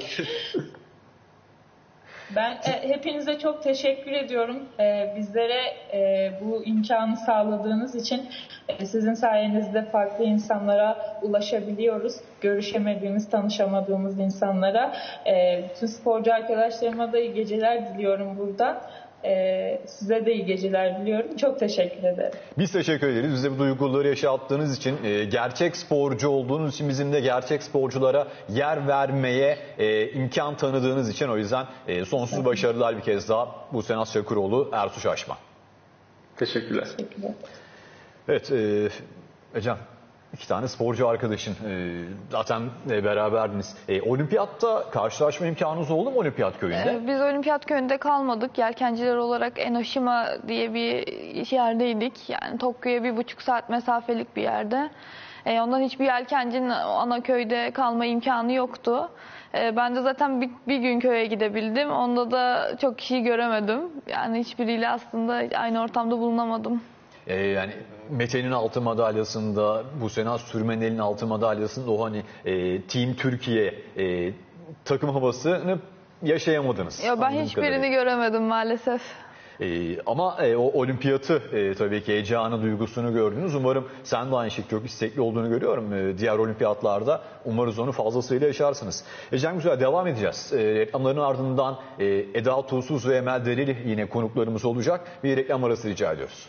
Ben e, hepinize çok teşekkür ediyorum. E, bizlere e, bu imkanı sağladığınız için e, sizin sayenizde farklı insanlara ulaşabiliyoruz. Görüşemediğimiz, tanışamadığımız insanlara. E, bütün sporcu arkadaşlarıma da iyi geceler diliyorum burada. Ee, size de iyi geceler diliyorum. Çok teşekkür ederim. Biz teşekkür ederiz. Bize bu duyguları yaşattığınız için, e, gerçek sporcu olduğunuz için, bizim de gerçek sporculara yer vermeye e, imkan tanıdığınız için, o yüzden e, sonsuz evet. başarılar bir kez daha Buse Naz Çakıroğlu, Ertuğ Şaşma. Teşekkürler. Teşekkürler. Evet, e, Ecem. İki tane sporcu arkadaşın e, zaten e, beraberdiniz. E, olimpiyatta karşılaşma imkanınız oldu mu Olimpiyat Köyü'nde? Ee, biz Olimpiyat Köyü'nde kalmadık. Yelkenciler olarak Enoshima diye bir yerdeydik. Yani Tokyo'ya bir buçuk saat mesafelik bir yerde. E, ondan hiçbir yelkencinin ana köyde kalma imkanı yoktu. E, ben de zaten bir, bir gün köye gidebildim. Onda da çok kişiyi göremedim. Yani hiçbiriyle aslında aynı ortamda bulunamadım. Ee, yani Mete'nin altın madalyasında, Buse Naz Sürmenel'in altın madalyasında o hani e, Team Türkiye e, takım havasını yaşayamadınız. Ya ben hiçbirini kadarıyla göremedim maalesef. Ee, ama e, o olimpiyatı e, tabii ki heyecanı, duygusunu gördünüz. Umarım sen de aynı şekilde çok istekli olduğunu görüyorum. E, diğer olimpiyatlarda umarız onu fazlasıyla yaşarsınız. Ecem Güzel, devam edeceğiz. E, reklamların ardından e, Eda Tuğsuz ve Emel Dereli yine konuklarımız olacak. Bir reklam arası rica ediyoruz.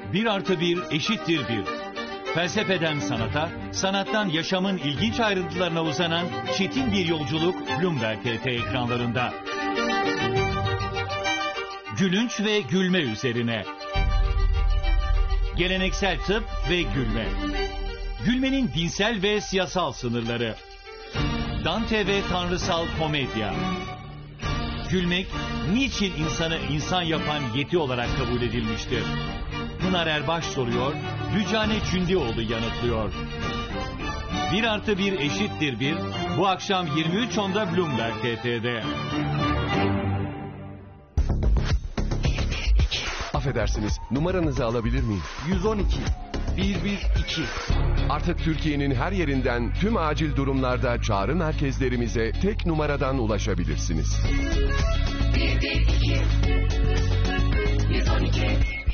Bir artı bir eşittir bir. Felsefeden sanata, sanattan yaşamın ilginç ayrıntılarına uzanan çetin bir yolculuk Bloomberg T V ekranlarında. Gülünç ve gülme üzerine. Geleneksel tıp ve gülme. Gülmenin dinsel ve siyasal sınırları. Dante ve tanrısal komedya. Gülmek, niçin insanı insan yapan yeti olarak kabul edilmiştir? Pınar Erbaş soruyor, Dücane Cündioğlu yanıtlıyor. Bir artı bir eşittir bir, bu akşam yirmi üç onda Bloomberg T V'de. Affedersiniz, numaranızı alabilir miyim? yüz on iki bir bir iki. Artık Türkiye'nin her yerinden tüm acil durumlarda çağrı merkezlerimize tek numaradan ulaşabilirsiniz. bir bir iki yüz on iki.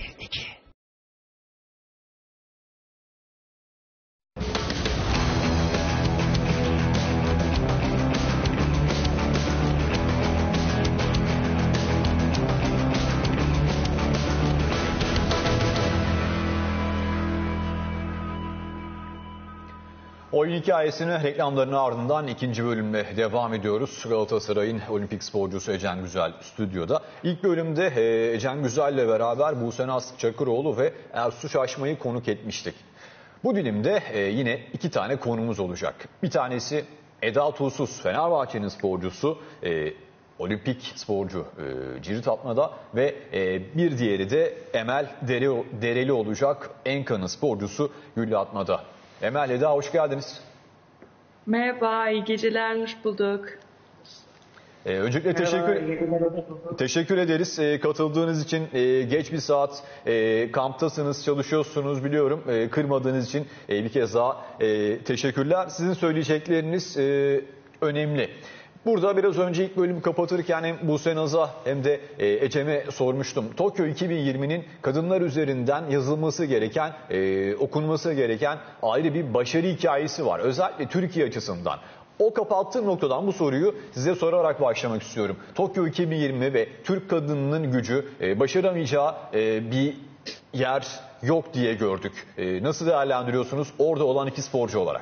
Oyun hikayesine reklamların ardından ikinci bölümle devam ediyoruz. Galatasaray'ın olimpik sporcusu Ecem Güzel stüdyoda. İlk bölümde Ecem Güzel'le beraber Buse Naz Çakıroğlu ve Ersu Şaşma'yı konuk etmiştik. Bu dilimde yine iki tane konumuz olacak. Bir tanesi Eda Tuğsuz, Fenerbahçe'nin sporcusu, e, olimpik sporcu e, cirit atmada ve e, bir diğeri de Emel Dere, Dereli olacak, Enka'nın sporcusu gülle atmada. Emel, Eda hoş geldiniz. Merhaba, iyi geceler, hoş bulduk. Ee, öncelikle teşekkür, teşekkür ederiz e, katıldığınız için. E, geç bir saat e, kamptasınız, çalışıyorsunuz biliyorum. E, kırmadığınız için e, bir kez daha e, teşekkürler. Sizin söyleyecekleriniz e, önemli. Burada biraz önce ilk bölümü kapatırken hem Buse Naz'a hem de e, Ecem'e sormuştum. Tokyo iki bin yirminin kadınlar üzerinden yazılması gereken, e, okunması gereken ayrı bir başarı hikayesi var. Özellikle Türkiye açısından. O kapattığım noktadan bu soruyu size sorarak başlamak istiyorum. Tokyo iki bin yirmi ve Türk kadınının gücü e, başaramayacağı e, bir yer yok diye gördük. E, nasıl değerlendiriyorsunuz orada olan iki sporcu olarak?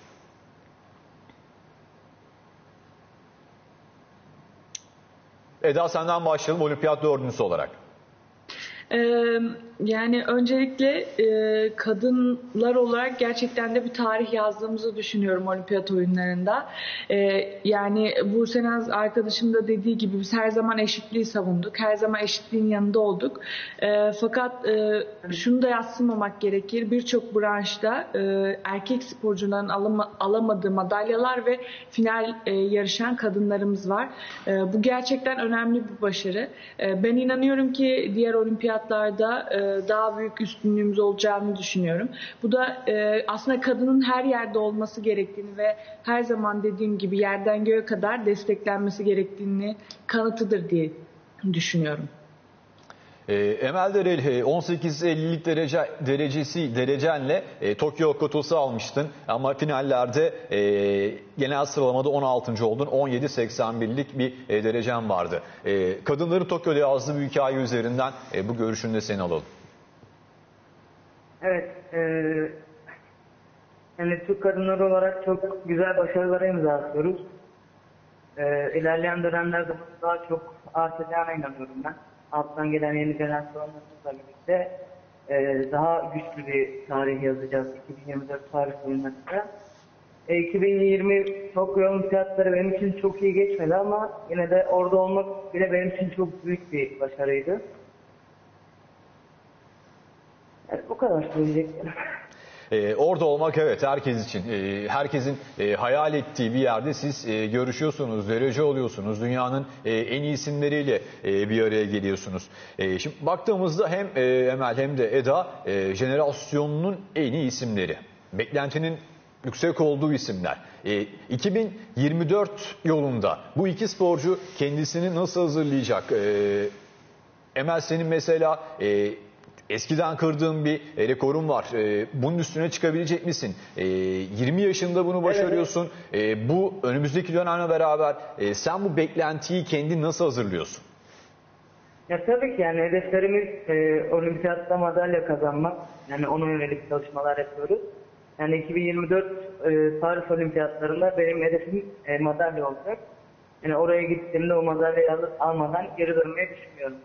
Eda senden başlayalım olimpiyat dördüncüsü olarak. Ee, yani öncelikle e, kadınlar olarak gerçekten de bir tarih yazdığımızı düşünüyorum olimpiyat oyunlarında. Ee, yani Buse Naz arkadaşım da dediği gibi biz her zaman eşitliği savunduk. Her zaman eşitliğin yanında olduk. Ee, fakat e, şunu da yadsımamak gerekir. Birçok branşta e, erkek sporcuların alama, alamadığı madalyalar ve final e, yarışan kadınlarımız var. E, bu gerçekten önemli bir başarı. E, ben inanıyorum ki diğer olimpiyatlarda e, daha büyük üstünlüğümüz olacağını düşünüyorum. Bu da e, aslında kadının her yerde olması gerektiğini ve her zaman dediğim gibi yerden göğe kadar desteklenmesi gerektiğini kanıtıdır diye düşünüyorum. E, Emel Dereli on sekiz ellilik derece, derecesi derecenle e, Tokyo Kotosu almıştın ama finallerde e, genel sıralamada on altıncı oldun. on yedi seksen birlik bir e, derecen vardı. E, kadınların Tokyo'da yazdığı bir hikaye üzerinden e, bu görüşünü de seni alalım. Evet, e, yani Türk kadınları olarak çok güzel başarılara imza atıyoruz. E, ilerleyen dönemlerde bunu daha çok artacağına inanıyorum ben. Alttan gelen yeni jenerasyonlarımızla birlikte e, daha güçlü bir tarih yazacağız iki bin yirmi dört Paris oyunlarında. E, iki bin yirmi Tokyo Olimpiyatları benim için çok iyi geçmedi ama yine de orada olmak bile benim için çok büyük bir başarıydı. Evet, bu kadar söyleyeceklerim. Ee, orada olmak evet herkes için, e, herkesin e, hayal ettiği bir yerde siz e, görüşüyorsunuz, derece oluyorsunuz, dünyanın e, en iyi isimleriyle e, bir araya geliyorsunuz. E, şimdi baktığımızda hem e, Emel hem de Eda e, jenerasyonunun en iyi isimleri, beklentinin yüksek olduğu isimler. E, iki bin yirmi dört yolunda bu iki sporcu kendisini nasıl hazırlayacak? E, Emel senin mesela E, eskiden kırdığın bir e, rekorun var. E, bunun üstüne çıkabilecek misin? E, yirmi yaşında bunu başarıyorsun. E, bu önümüzdeki dönemle beraber e, sen bu beklentiyi kendin nasıl hazırlıyorsun? Ya tabii ki yani hedeflerimiz e, olimpiyatta madalya kazanmak. Yani ona yönelik çalışmalar yapıyoruz. Yani iki bin yirmi dört e, Paris Olimpiyatlarında benim hedefim e, madalya olacak. Yani oraya gittiğimde o madalyayı al- almadan geri dönmeyi düşünmüyorum.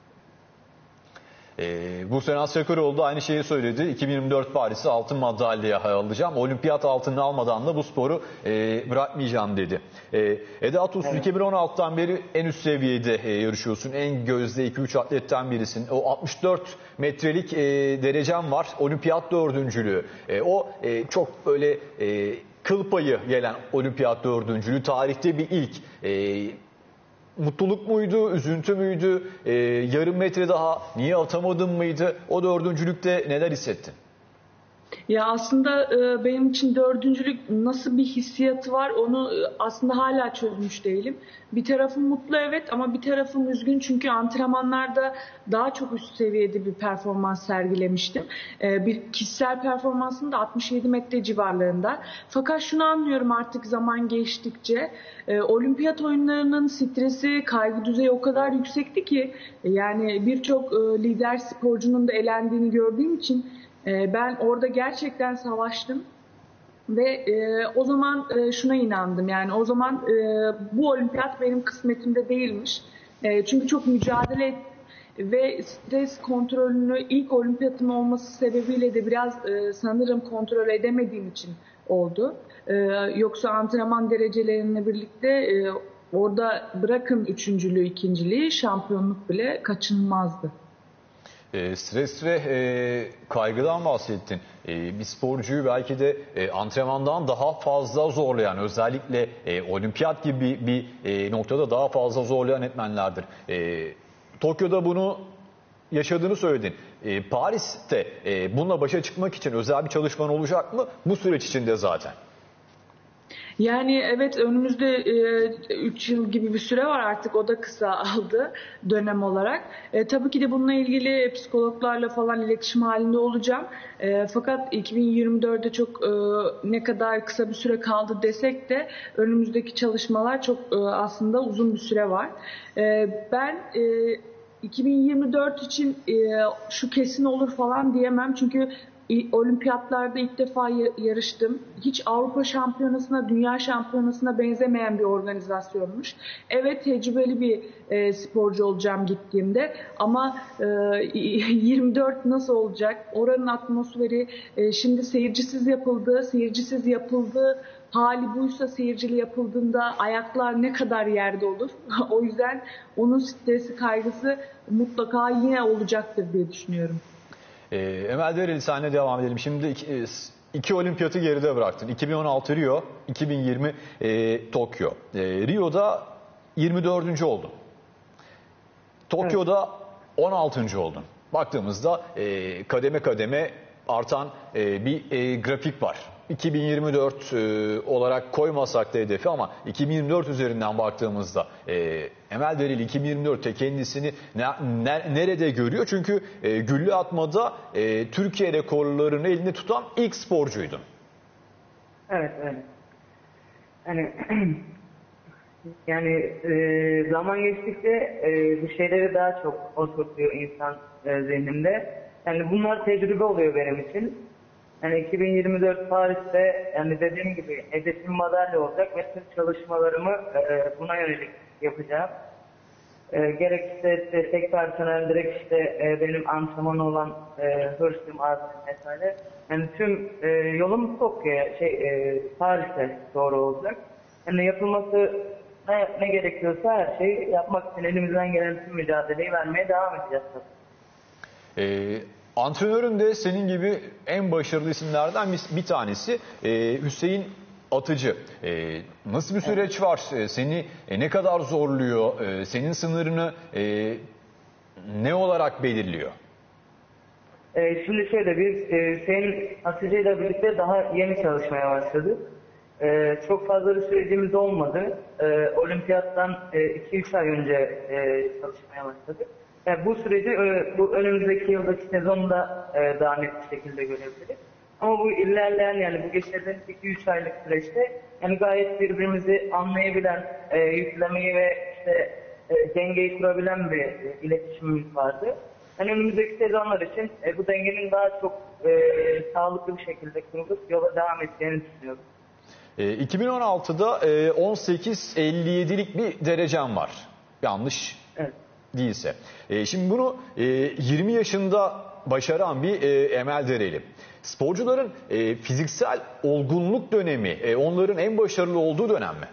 Ee, bu sene Asya Köroğlu da aynı şeyi söyledi. iki bin yirmi dört Paris'te altın madalya alacağım. Olimpiyat altını almadan da bu sporu e, bırakmayacağım dedi. E, Eda Tuzsuz, evet. iki bin on altıdan beri en üst seviyede e, yarışıyorsun. En gözde iki üç atletten birisin. O altmış dört metrelik e, derecen var. Olimpiyat dördüncülüğü. E, o e, çok böyle e, kıl payı gelen olimpiyat dördüncülüğü. Tarihte bir ilk. E, Mutluluk muydu, üzüntü müydü, ee, yarım metre daha niye atamadın mıydı? O dördüncülükte neler hissettin? Ya aslında e, benim için dördüncülük nasıl bir hissiyatı var onu e, aslında hala çözmüş değilim. Bir tarafım mutlu evet ama bir tarafım üzgün çünkü antrenmanlarda daha çok üst seviyede bir performans sergilemiştim. E, bir kişisel performansım da altmış yedi metre civarlarında. Fakat şunu anlıyorum artık zaman geçtikçe e, olimpiyat oyunlarının stresi, kaygı düzeyi o kadar yüksekti ki e, yani birçok e, lider sporcunun da elendiğini gördüğüm için ben orada gerçekten savaştım ve e, o zaman e, şuna inandım yani o zaman e, bu olimpiyat benim kısmetimde değilmiş. E, çünkü çok mücadele ettim ve stres kontrolünü ilk olimpiyatım olması sebebiyle de biraz e, sanırım kontrol edemediğim için oldu. E, yoksa antrenman derecelerine birlikte e, orada bırakın üçüncülüğü, ikinciliği şampiyonluk bile kaçınılmazdı. E, stres ve e, kaygıdan bahsettin. E, bir sporcuyu belki de e, antrenmandan daha fazla zorlayan, özellikle e, olimpiyat gibi bir e, noktada daha fazla zorlayan etmenlerdir. E, Tokyo'da bunu yaşadığını söyledin. E, Paris'te e, bununla başa çıkmak için özel bir çalışman olacak mı? Bu süreç içinde zaten. Yani evet önümüzde üç yıl gibi bir süre var artık o da kısa aldı dönem olarak. E, tabii ki de bununla ilgili psikologlarla falan iletişim halinde olacağım. E, fakat iki bin yirmi dörde çok e, ne kadar kısa bir süre kaldı desek de önümüzdeki çalışmalar çok e, aslında uzun bir süre var. E, ben e, iki bin yirmi dört için e, şu kesin olur falan diyemem çünkü olimpiyatlarda ilk defa yarıştım. Hiç Avrupa Şampiyonası'na, Dünya Şampiyonası'na benzemeyen bir organizasyonmuş. Evet tecrübeli bir e, sporcu olacağım gittiğimde ama e, yirmi dört nasıl olacak? Oranın atmosferi e, şimdi seyircisiz yapıldı, seyircisiz yapıldı. Hali buysa seyircili yapıldığında ayaklar ne kadar yerde olur? O yüzden onun stresi, kaygısı mutlaka yine olacaktır diye düşünüyorum. E, Emel Dereli senle devam edelim. Şimdi iki, iki olimpiyatı geride bıraktın. iki bin on altı Rio, iki bin yirmi e, Tokyo. E, Rio'da yirmi dördüncü oldun. Tokyo'da on altıncı oldun. Baktığımızda e, kademe kademe artan e, bir e, grafik var. iki bin yirmi dört e, olarak koymasak da hedefi ama iki bin yirmi dört üzerinden baktığımızda e, Emel Dereli iki bin yirmi dörtte kendisini ne, ne, nerede görüyor? Çünkü e, güllü atmada e, Türkiye rekorlarını elinde tutan ilk sporcuydun. Evet, evet. Yani yani e, zaman geçtikçe e, bu şeyleri daha çok oturtuyor insan e, zihninde. Yani bunlar tecrübe oluyor benim için. Yani iki bin yirmi dört Paris'te yani dediğim gibi hedefim madalya olacak ve tüm çalışmalarımı e, buna yönelik yapacağım. E, gerek işte destek personel, direkt işte e, benim antrenman olan e, hırsım, azim vesaire. Yani tüm e, yolum Tokyo'ya, şey e, Paris'e doğru olacak. Yani yapılması ne, ne gerekiyorsa her şeyi yapmak için elimizden gelen tüm mücadeleyi vermeye devam edeceğiz tabii. Ee, antrenörün de senin gibi en başarılı isimlerden bir, bir tanesi ee, Hüseyin Atıcı. Ee, nasıl bir süreç var? Ee, seni e, ne kadar zorluyor? Ee, senin sınırını e, ne olarak belirliyor? Ee, şimdi şöyle bir e, Hüseyin Atıcı ile birlikte daha yeni çalışmaya başladık. Ee, çok fazla bir sürecimiz olmadı. Ee, olimpiyattan iki üç ay önce e, çalışmaya başladık. Yani bu süreci e, bu önümüzdeki yıldaki sezonda e, daha net bir şekilde görebiliriz. Ama bu ilerleyen yani bu geçirdiğimiz iki üç aylık süreçte yani gayet birbirimizi anlayabilen, e, yüklemeyi ve işte e, dengeyi kurabilen bir e, iletişimimiz vardı. Yani önümüzdeki sezonlar için e, bu dengenin daha çok e, sağlıklı bir şekilde kurulup yola devam edeceğini düşünüyorum. E, iki bin on altıda e, on sekiz elli yedilik bir derecem var. Yanlış Evet. değilse. E, şimdi bunu e, yirmi yaşında başaran bir e, Emel Dereli. Sporcuların e, fiziksel olgunluk dönemi e, onların en başarılı olduğu dönem mi?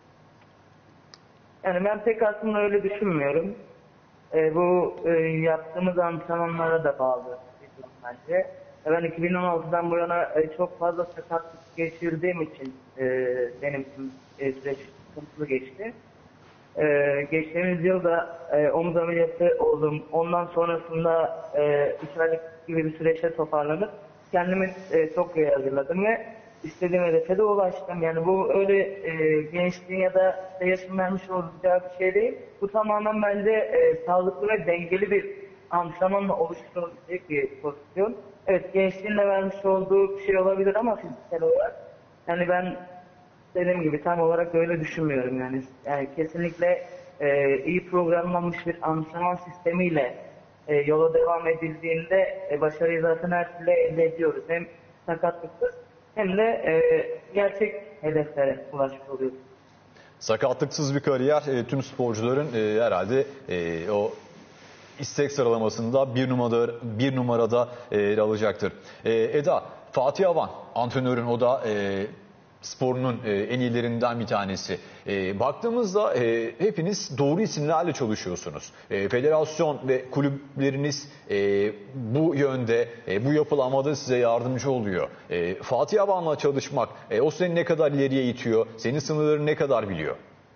Yani ben pek aslında öyle düşünmüyorum. E, bu e, yaptığımız antrenmanlara da bağlı bir durum bence. E, ben iki bin on altıdan bu yana e, çok fazla sakatlık geçirdiğim için e, benim için e, süreç sıkıntılı geçti. E, geçtiğimiz yılda e, omuz ameliyatı oldum. Ondan sonrasında e, üç aylık gibi bir süreçte toparlanıp kendimi e, Tokyo'ya hazırladım ve istediğim hedefe de ulaştım. Yani bu öyle e, gençliğin ya da işte yaşın vermiş olacağı bir şey değil. Bu tamamen bence e, sağlıklı ve dengeli bir antrenmanla oluşturulabilecek bir pozisyon. Evet, gençliğinle vermiş olduğu bir şey olabilir ama fiziksel olarak yani ben dediğim gibi tam olarak öyle düşünmüyorum yani. Yani kesinlikle e, iyi programlanmış bir antrenman sistemiyle e, yola devam edildiğinde e, başarıyı zaten her türlü elde ediyoruz. Hem sakatlıksız hem de e, gerçek hedeflere ulaşmış oluyoruz. Sakatlıksız bir kariyer e, tüm sporcuların e, herhalde e, o istek sıralamasında bir numarada bir numarada e, yer alacaktır. E, Eda, Fatih Avan antrenörün, o da e, sporunun e, en iyilerinden bir tanesi. E, baktığımızda e, hepiniz doğru isimlerle çalışıyorsunuz. E, federasyon ve kulüpleriniz e, bu yönde, e, bu yapılanmada size yardımcı oluyor. E, Fatih Avan'la çalışmak, e, o seni ne kadar ileriye itiyor, senin sınırlarını ne kadar biliyor?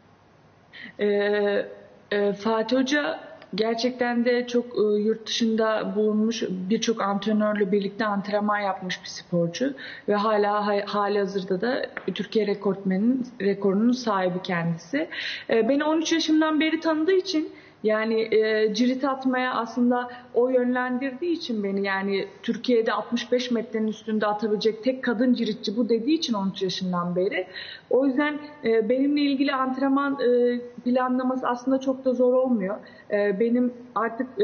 Ee, e, Fatih Hoca gerçekten de çok e, yurt dışında bulunmuş, birçok antrenörle birlikte antrenman yapmış bir sporcu ve hala ha, hali hazırda da Türkiye rekortmenin rekorunun sahibi kendisi. E, beni on üç yaşımdan beri tanıdığı için, yani e, cirit atmaya aslında o yönlendirdiği için beni, yani Türkiye'de altmış beş metrenin üstünde atabilecek tek kadın ciritçi bu dediği için on üç yaşından beri. O yüzden e, benimle ilgili antrenman e, planlaması aslında çok da zor olmuyor. E, benim artık e,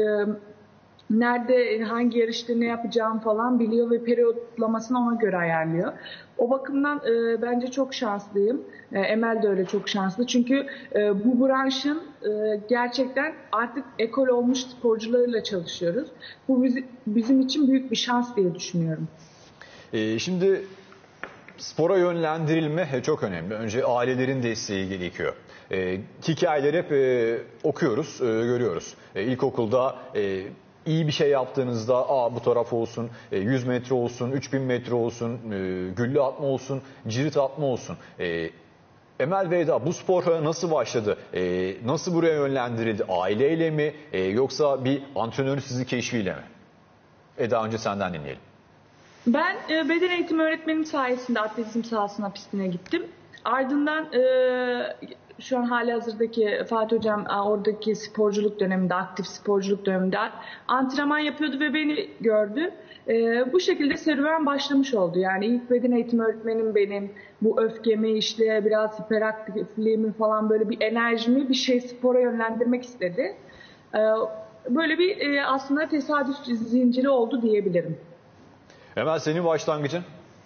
nerede, hangi yarışta ne yapacağım falan biliyor ve periyotlamasını ona göre ayarlıyor. O bakımdan e, bence çok şanslıyım. E, Emel de öyle çok şanslı. Çünkü e, bu branşın e, gerçekten artık ekol olmuş sporcularıyla çalışıyoruz. Bu bizim, bizim için büyük bir şans diye düşünüyorum. E, şimdi spora yönlendirilme çok önemli. Önce ailelerin desteği gerekiyor. E, hikayeleri hep e, okuyoruz, e, görüyoruz. E, ilkokulda e, iyi bir şey yaptığınızda, aa bu taraf olsun, e, yüz metre olsun, üç bin metre olsun, e, güllü atma olsun, cirit atma olsun. E, Emel ve Eda, bu spora nasıl başladı? E, nasıl buraya yönlendirildi? Aileyle mi, e, yoksa bir antrenörün sizi keşfiyle mi? Eda, önce senden dinleyelim. Ben e, beden eğitimi öğretmenim sayesinde atletizm sahasına, pistine gittim. Ardından e, şu an hali hazırdaki Fatih Hocam oradaki sporculuk döneminde, aktif sporculuk döneminde antrenman yapıyordu ve beni gördü. E, bu şekilde serüven başlamış oldu. Yani ilk beden eğitimi öğretmenim benim. Bu öfkemi, işte biraz hiperaktifliğimi falan, böyle bir enerjimi bir şey spora yönlendirmek istedi. E, böyle bir e, aslında tesadüf zinciri oldu diyebilirim. Emel, senin başlangıcın?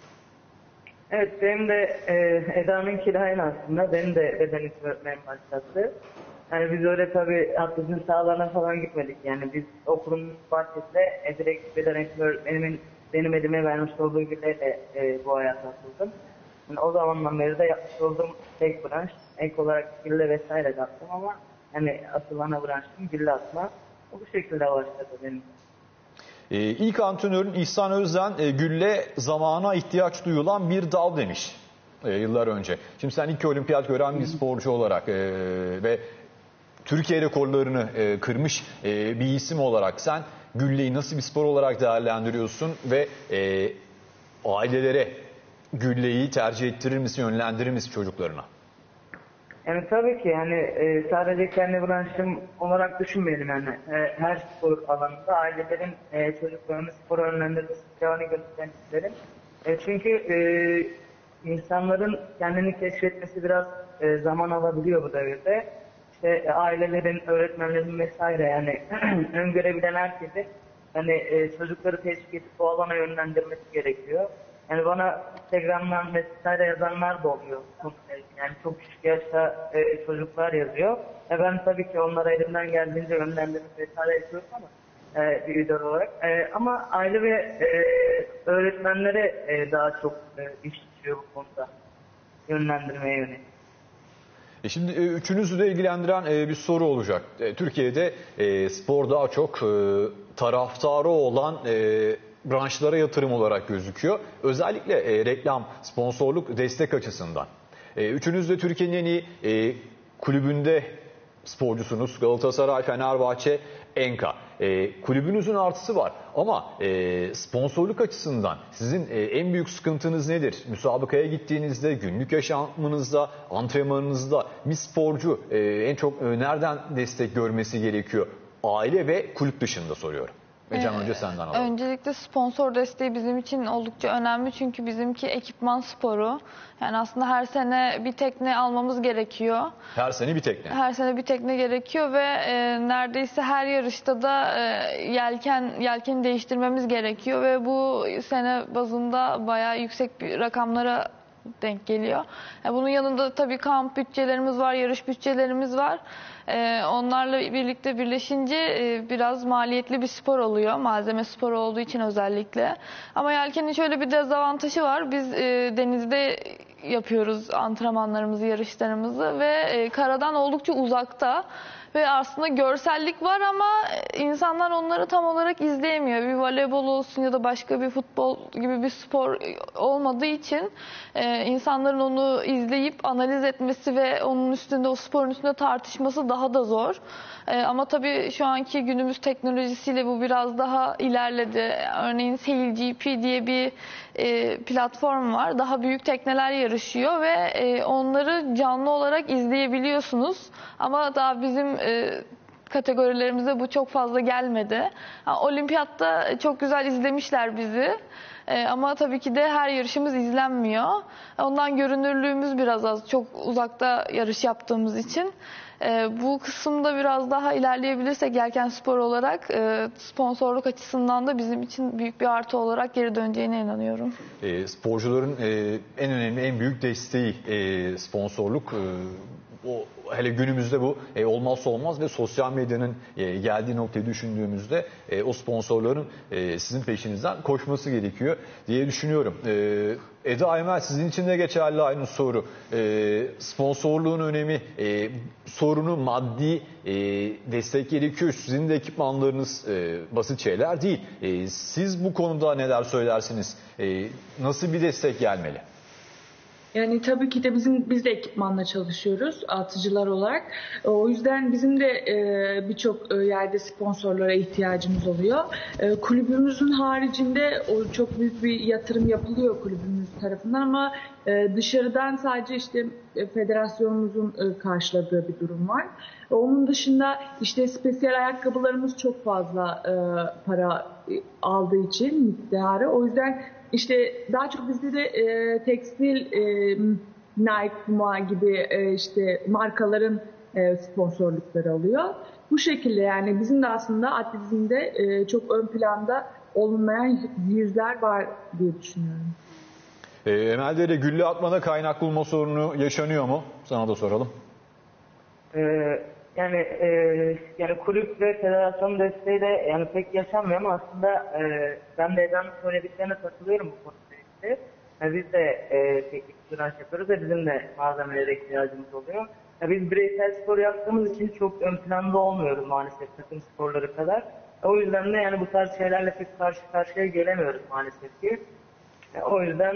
Evet, benim de e, Eda'nınki de aynı aslında. Benim de beden eğitimi öğretmenim başlattı. Yani biz öyle tabii atletizm sahalarına falan gitmedik. Yani biz okulun bahçesinde e, direkt beden eğitimi öğretmenimin benim elime vermiş olduğu gülleyle e, bu hayata atıldım. Yani o zamandan beri de yapmış olduğum tek branş. Ek olarak gülle vesaire de attım ama hani asıl ana branşım gülle atma. O bu şekilde başladı benim. Ee, ilk antrenörün İhsan Özden, e, gülle zamana ihtiyaç duyulan bir dal demiş e, yıllar önce. Şimdi sen iki olimpiyat gören bir sporcu olarak e, ve Türkiye rekorlarını e, kırmış e, bir isim olarak sen gülleyi nasıl bir spor olarak değerlendiriyorsun ve e, ailelere gülleyi tercih ettirir misin, yönlendirir misin çocuklarına? Yani tabii ki yani e, sadece kendi branşım olarak düşünmeyelim yani. E, her spor alanında ailelerin e, çocuklarını spora yönlendirmesini gösteren isterim. E, çünkü e, insanların kendini keşfetmesi biraz e, zaman alabiliyor bu devirde. işte ailelerin, öğretmenlerin vesaire yani öngörebilen herkesi hani e, çocukları teşvik edip bu alana yönlendirmesi gerekiyor. Yani bana Instagram'dan vesaire yazanlar da oluyor. Yani çok küçük yaşta e, çocuklar yazıyor. E ben tabii ki onlara elimden geldiğince yönlendirmek vesaire yapıyorum ama e, bir üder olarak. E, ama aile ve e, öğretmenlere e, daha çok e, iş düşüyor bu konuda. Yönlendirmeye yönelik. E şimdi e, üçünüzü de ilgilendiren e, bir soru olacak. E, Türkiye'de e, spor daha çok e, taraftarı olan e, branşlara yatırım olarak gözüküyor. Özellikle e, reklam, sponsorluk, destek açısından. E, üçünüz de Türkiye'nin en iyi e, kulübünde sporcusunuz. Galatasaray, Fenerbahçe, Enka. E, kulübünüzün artısı var ama e, sponsorluk açısından sizin e, en büyük sıkıntınız nedir? Müsabakaya gittiğinizde, günlük yaşamınızda, antrenmanınızda bir sporcu e, en çok e, nereden destek görmesi gerekiyor? Aile ve kulüp dışında soruyorum. Ecem, önce senden alalım. Öncelikle sponsor desteği bizim için oldukça önemli çünkü bizimki ekipman sporu. Yani aslında her sene bir tekne almamız gerekiyor. Her sene bir tekne. Her sene bir tekne gerekiyor ve e, neredeyse her yarışta da e, yelken yelkeni değiştirmemiz gerekiyor ve bu sene bazında bayağı yüksek bir rakamlara denk geliyor. Yani bunun yanında tabii kamp bütçelerimiz var, yarış bütçelerimiz var. Ee, onlarla birlikte birleşince e, biraz maliyetli bir spor oluyor. Malzeme sporu olduğu için özellikle. Ama yelkenin şöyle bir dezavantajı var. Biz e, denizde yapıyoruz antrenmanlarımızı, yarışlarımızı ve e, karadan oldukça uzakta. Ve aslında görsellik var ama insanlar onları tam olarak izleyemiyor. Bir voleybol olsun ya da başka bir futbol gibi bir spor olmadığı için e, insanların onu izleyip analiz etmesi ve onun üstünde, o sporun üstünde tartışması daha da zor. E, ama tabii şu anki günümüz teknolojisiyle bu biraz daha ilerledi. Örneğin Sail G P diye bir e, platform var. Daha büyük tekneler yarışıyor ve e, onları canlı olarak izleyebiliyorsunuz. Ama daha bizim e, kategorilerimize bu çok fazla gelmedi. Ha, olimpiyatta çok güzel izlemişler bizi. E, ama tabii ki de her yarışımız izlenmiyor. Ondan görünürlüğümüz biraz az. Çok uzakta yarış yaptığımız için. E, bu kısımda biraz daha ilerleyebilirsek yelken spor olarak e, sponsorluk açısından da bizim için büyük bir artı olarak geri döneceğine inanıyorum. E, sporcuların e, en önemli, en büyük desteği e, sponsorluk. E, o hele günümüzde bu e, olmazsa olmaz ve sosyal medyanın e, geldiği noktayı düşündüğümüzde e, o sponsorların e, sizin peşinizden koşması gerekiyor diye düşünüyorum. E, Eda, Emel, sizin için de geçerli aynı soru. E, sponsorluğun önemi, e, sorunu maddi e, destek gerekiyor. Sizin de ekipmanlarınız e, basit şeyler değil. E, siz bu konuda neler söylersiniz? E, nasıl bir destek gelmeli? Yani tabii ki de bizim biz de ekipmanla çalışıyoruz atıcılar olarak. O yüzden bizim de e, birçok e, yerde sponsorlara ihtiyacımız oluyor. E, kulübümüzün haricinde o çok büyük bir yatırım yapılıyor kulübümüz tarafından ama e, dışarıdan sadece işte e, federasyonumuzun e, karşıladığı bir durum var. E, onun dışında işte spesiyel ayakkabılarımız çok fazla e, para aldığı için miktarı. O yüzden İşte daha çok bizde de e, tekstil, e, Nike, Puma gibi e, işte markaların e, sponsorlukları alıyor. Bu şekilde yani bizim de aslında atletizmde e, çok ön planda olunmayan yüzler var diye düşünüyorum. E, Emel'de de gülle atmada kaynak bulma sorunu yaşanıyor mu? Sana da soralım. Ee, yani e, yani kulüp ve federasyon desteği de yani pek yaşanmıyor ama aslında e, ben de Eda'nın söylediklerine katılıyorum bu konuda. Yani biz de e, teknik branş yapıyoruz ve bizim de malzemelere ihtiyacımız oluyor. Yani biz bireysel spor yaptığımız için çok ön planda olmuyoruz maalesef takım sporları kadar. O yüzden de yani bu tarz şeylerle pek karşı karşıya gelemiyoruz maalesef ki. Yani o yüzden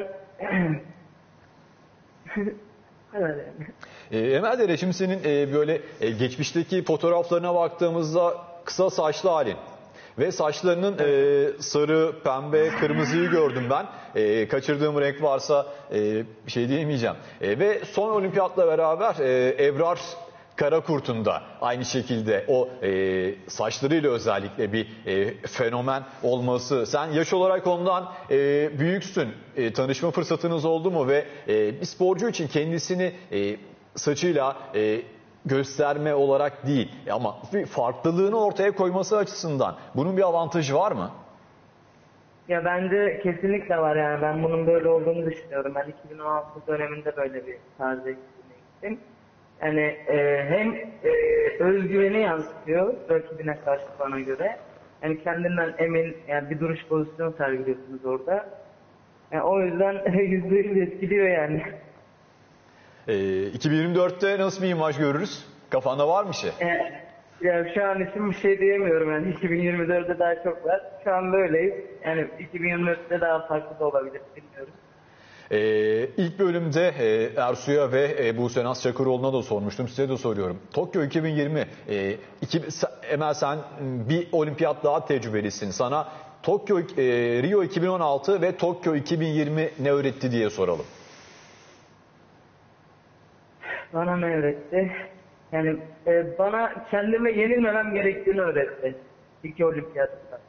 E, Emel Dere, şimdi senin e, böyle e, geçmişteki fotoğraflarına baktığımızda kısa saçlı halin ve saçlarının e, sarı, pembe, kırmızıyı gördüm ben. E, kaçırdığım renk varsa e, bir şey diyemeyeceğim. E, ve son olimpiyatla beraber e, Ebrar Karakurt'un da aynı şekilde o e, saçlarıyla özellikle bir e, fenomen olması. Sen yaş olarak ondan e, büyüksün. E, tanışma fırsatınız oldu mu ve e, bir sporcu için kendisini e, saçıyla e, gösterme olarak değil ama bir farklılığını ortaya koyması açısından bunun bir avantajı var mı? Ya bence kesinlikle var yani. Ben bunun böyle olduğunu düşünüyorum. Ben iki bin on altı döneminde böyle bir tarz ekibine gittim. Yani e, hem e, özgüveni yansıtıyor rakibine karşı bana göre. Yani kendinden emin, yani bir duruş pozisyonu sergiliyorsunuz orada. Yani o yüzden yüzde yüz etkiliyor yani. E, iki bin yirmi dörtte nasıl bir imaj görürüz? Kafanda var mı şey? E, ya şu an için bir şey diyemiyorum yani. iki bin yirmi dörtte daha çok var. Şu an böyleyiz. Yani iki bin yirmi dörtte daha farklı da olabilir, bilmiyorum. Ee, ilk bölümde e, Ersu'ya ve e, Buse Naz Çakıroğlu'na da sormuştum. Size de soruyorum. Tokyo iki bin yirmi. E, iki, Emel sen bir olimpiyat daha tecrübelisin. Sana Tokyo, e, Rio iki bin on altı ve Tokyo iki bin yirmi ne öğretti diye soralım. Bana ne öğretti? Yani e, bana kendime yenilmemem gerektiğini öğretti. İki olimpiyatta.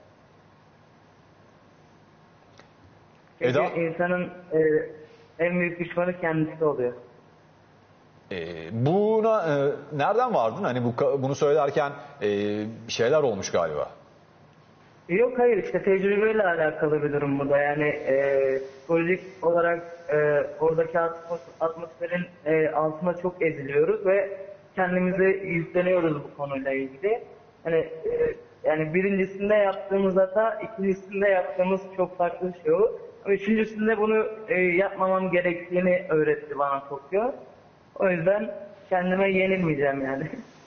Çünkü Eda? insanın e, en büyük düşmanı kendisi oluyor. E, buna e, nereden vardın? Hani bu bunu söylerken e, şeyler olmuş galiba. Yok hayır işte tecrübeyle alakalı bir durum bu da. Yani e, psikolojik olarak e, oradaki atmosferin e, altına çok eziliyoruz ve kendimize yükleniyoruz bu konuyla ilgili. Yani e, yani birincisinde yaptığımız hata, ikincisinde yaptığımız çok farklı bir şey o. Üçüncüsünde bunu e, yapmamam gerektiğini öğretti bana Tokyo. O yüzden kendime yenilmeyeceğim yani.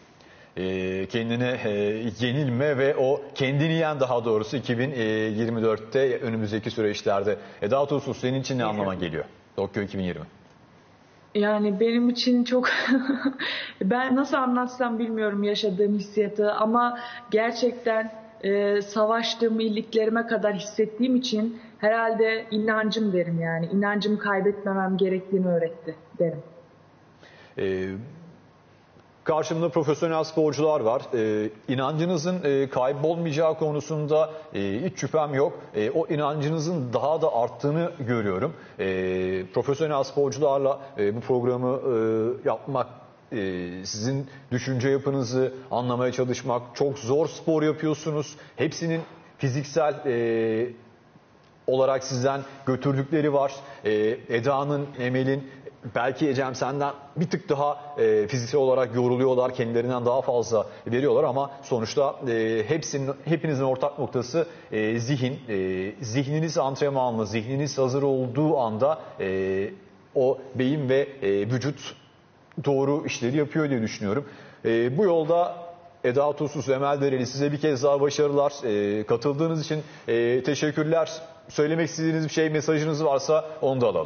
E, kendine e, yenilme ve o kendini yen daha doğrusu iki bin yirmi dörtte önümüzdeki süreçlerde. Eda Tuzsuz senin için ne anlama geliyor Tokyo iki bin yirmi? Yani benim için çok ben nasıl anlatsam bilmiyorum yaşadığım hissiyatı ama gerçekten e, savaştığımı iliklerime kadar hissettiğim için herhalde inancım derim yani. İnancımı kaybetmemem gerektiğini öğretti derim. Ee, karşımda profesyonel sporcular var. Ee, inancınızın e, kaybolmayacağı konusunda e, hiç şüphem yok. E, o inancınızın daha da arttığını görüyorum. E, profesyonel sporcularla e, bu programı e, yapmak, e, sizin düşünce yapınızı anlamaya çalışmak, çok zor spor yapıyorsunuz. Hepsinin fiziksel e, olarak sizden götürdükleri var. E, Eda'nın, Emel'in, belki Ecem senden bir tık daha e, fiziksel olarak yoruluyorlar, kendilerinden daha fazla veriyorlar ama sonuçta e, hepsinin, hepinizin ortak noktası e, zihin. E, zihniniz antrenmanlı, zihniniz hazır olduğu anda e, o beyin ve e, vücut doğru işleri yapıyor diye düşünüyorum. E, bu yolda Eda Tuzsuz, Emel Dereli size bir kez daha başarılar. E, katıldığınız için e, teşekkürler. Söylemek istediğiniz bir şey, mesajınız varsa onu da alalım.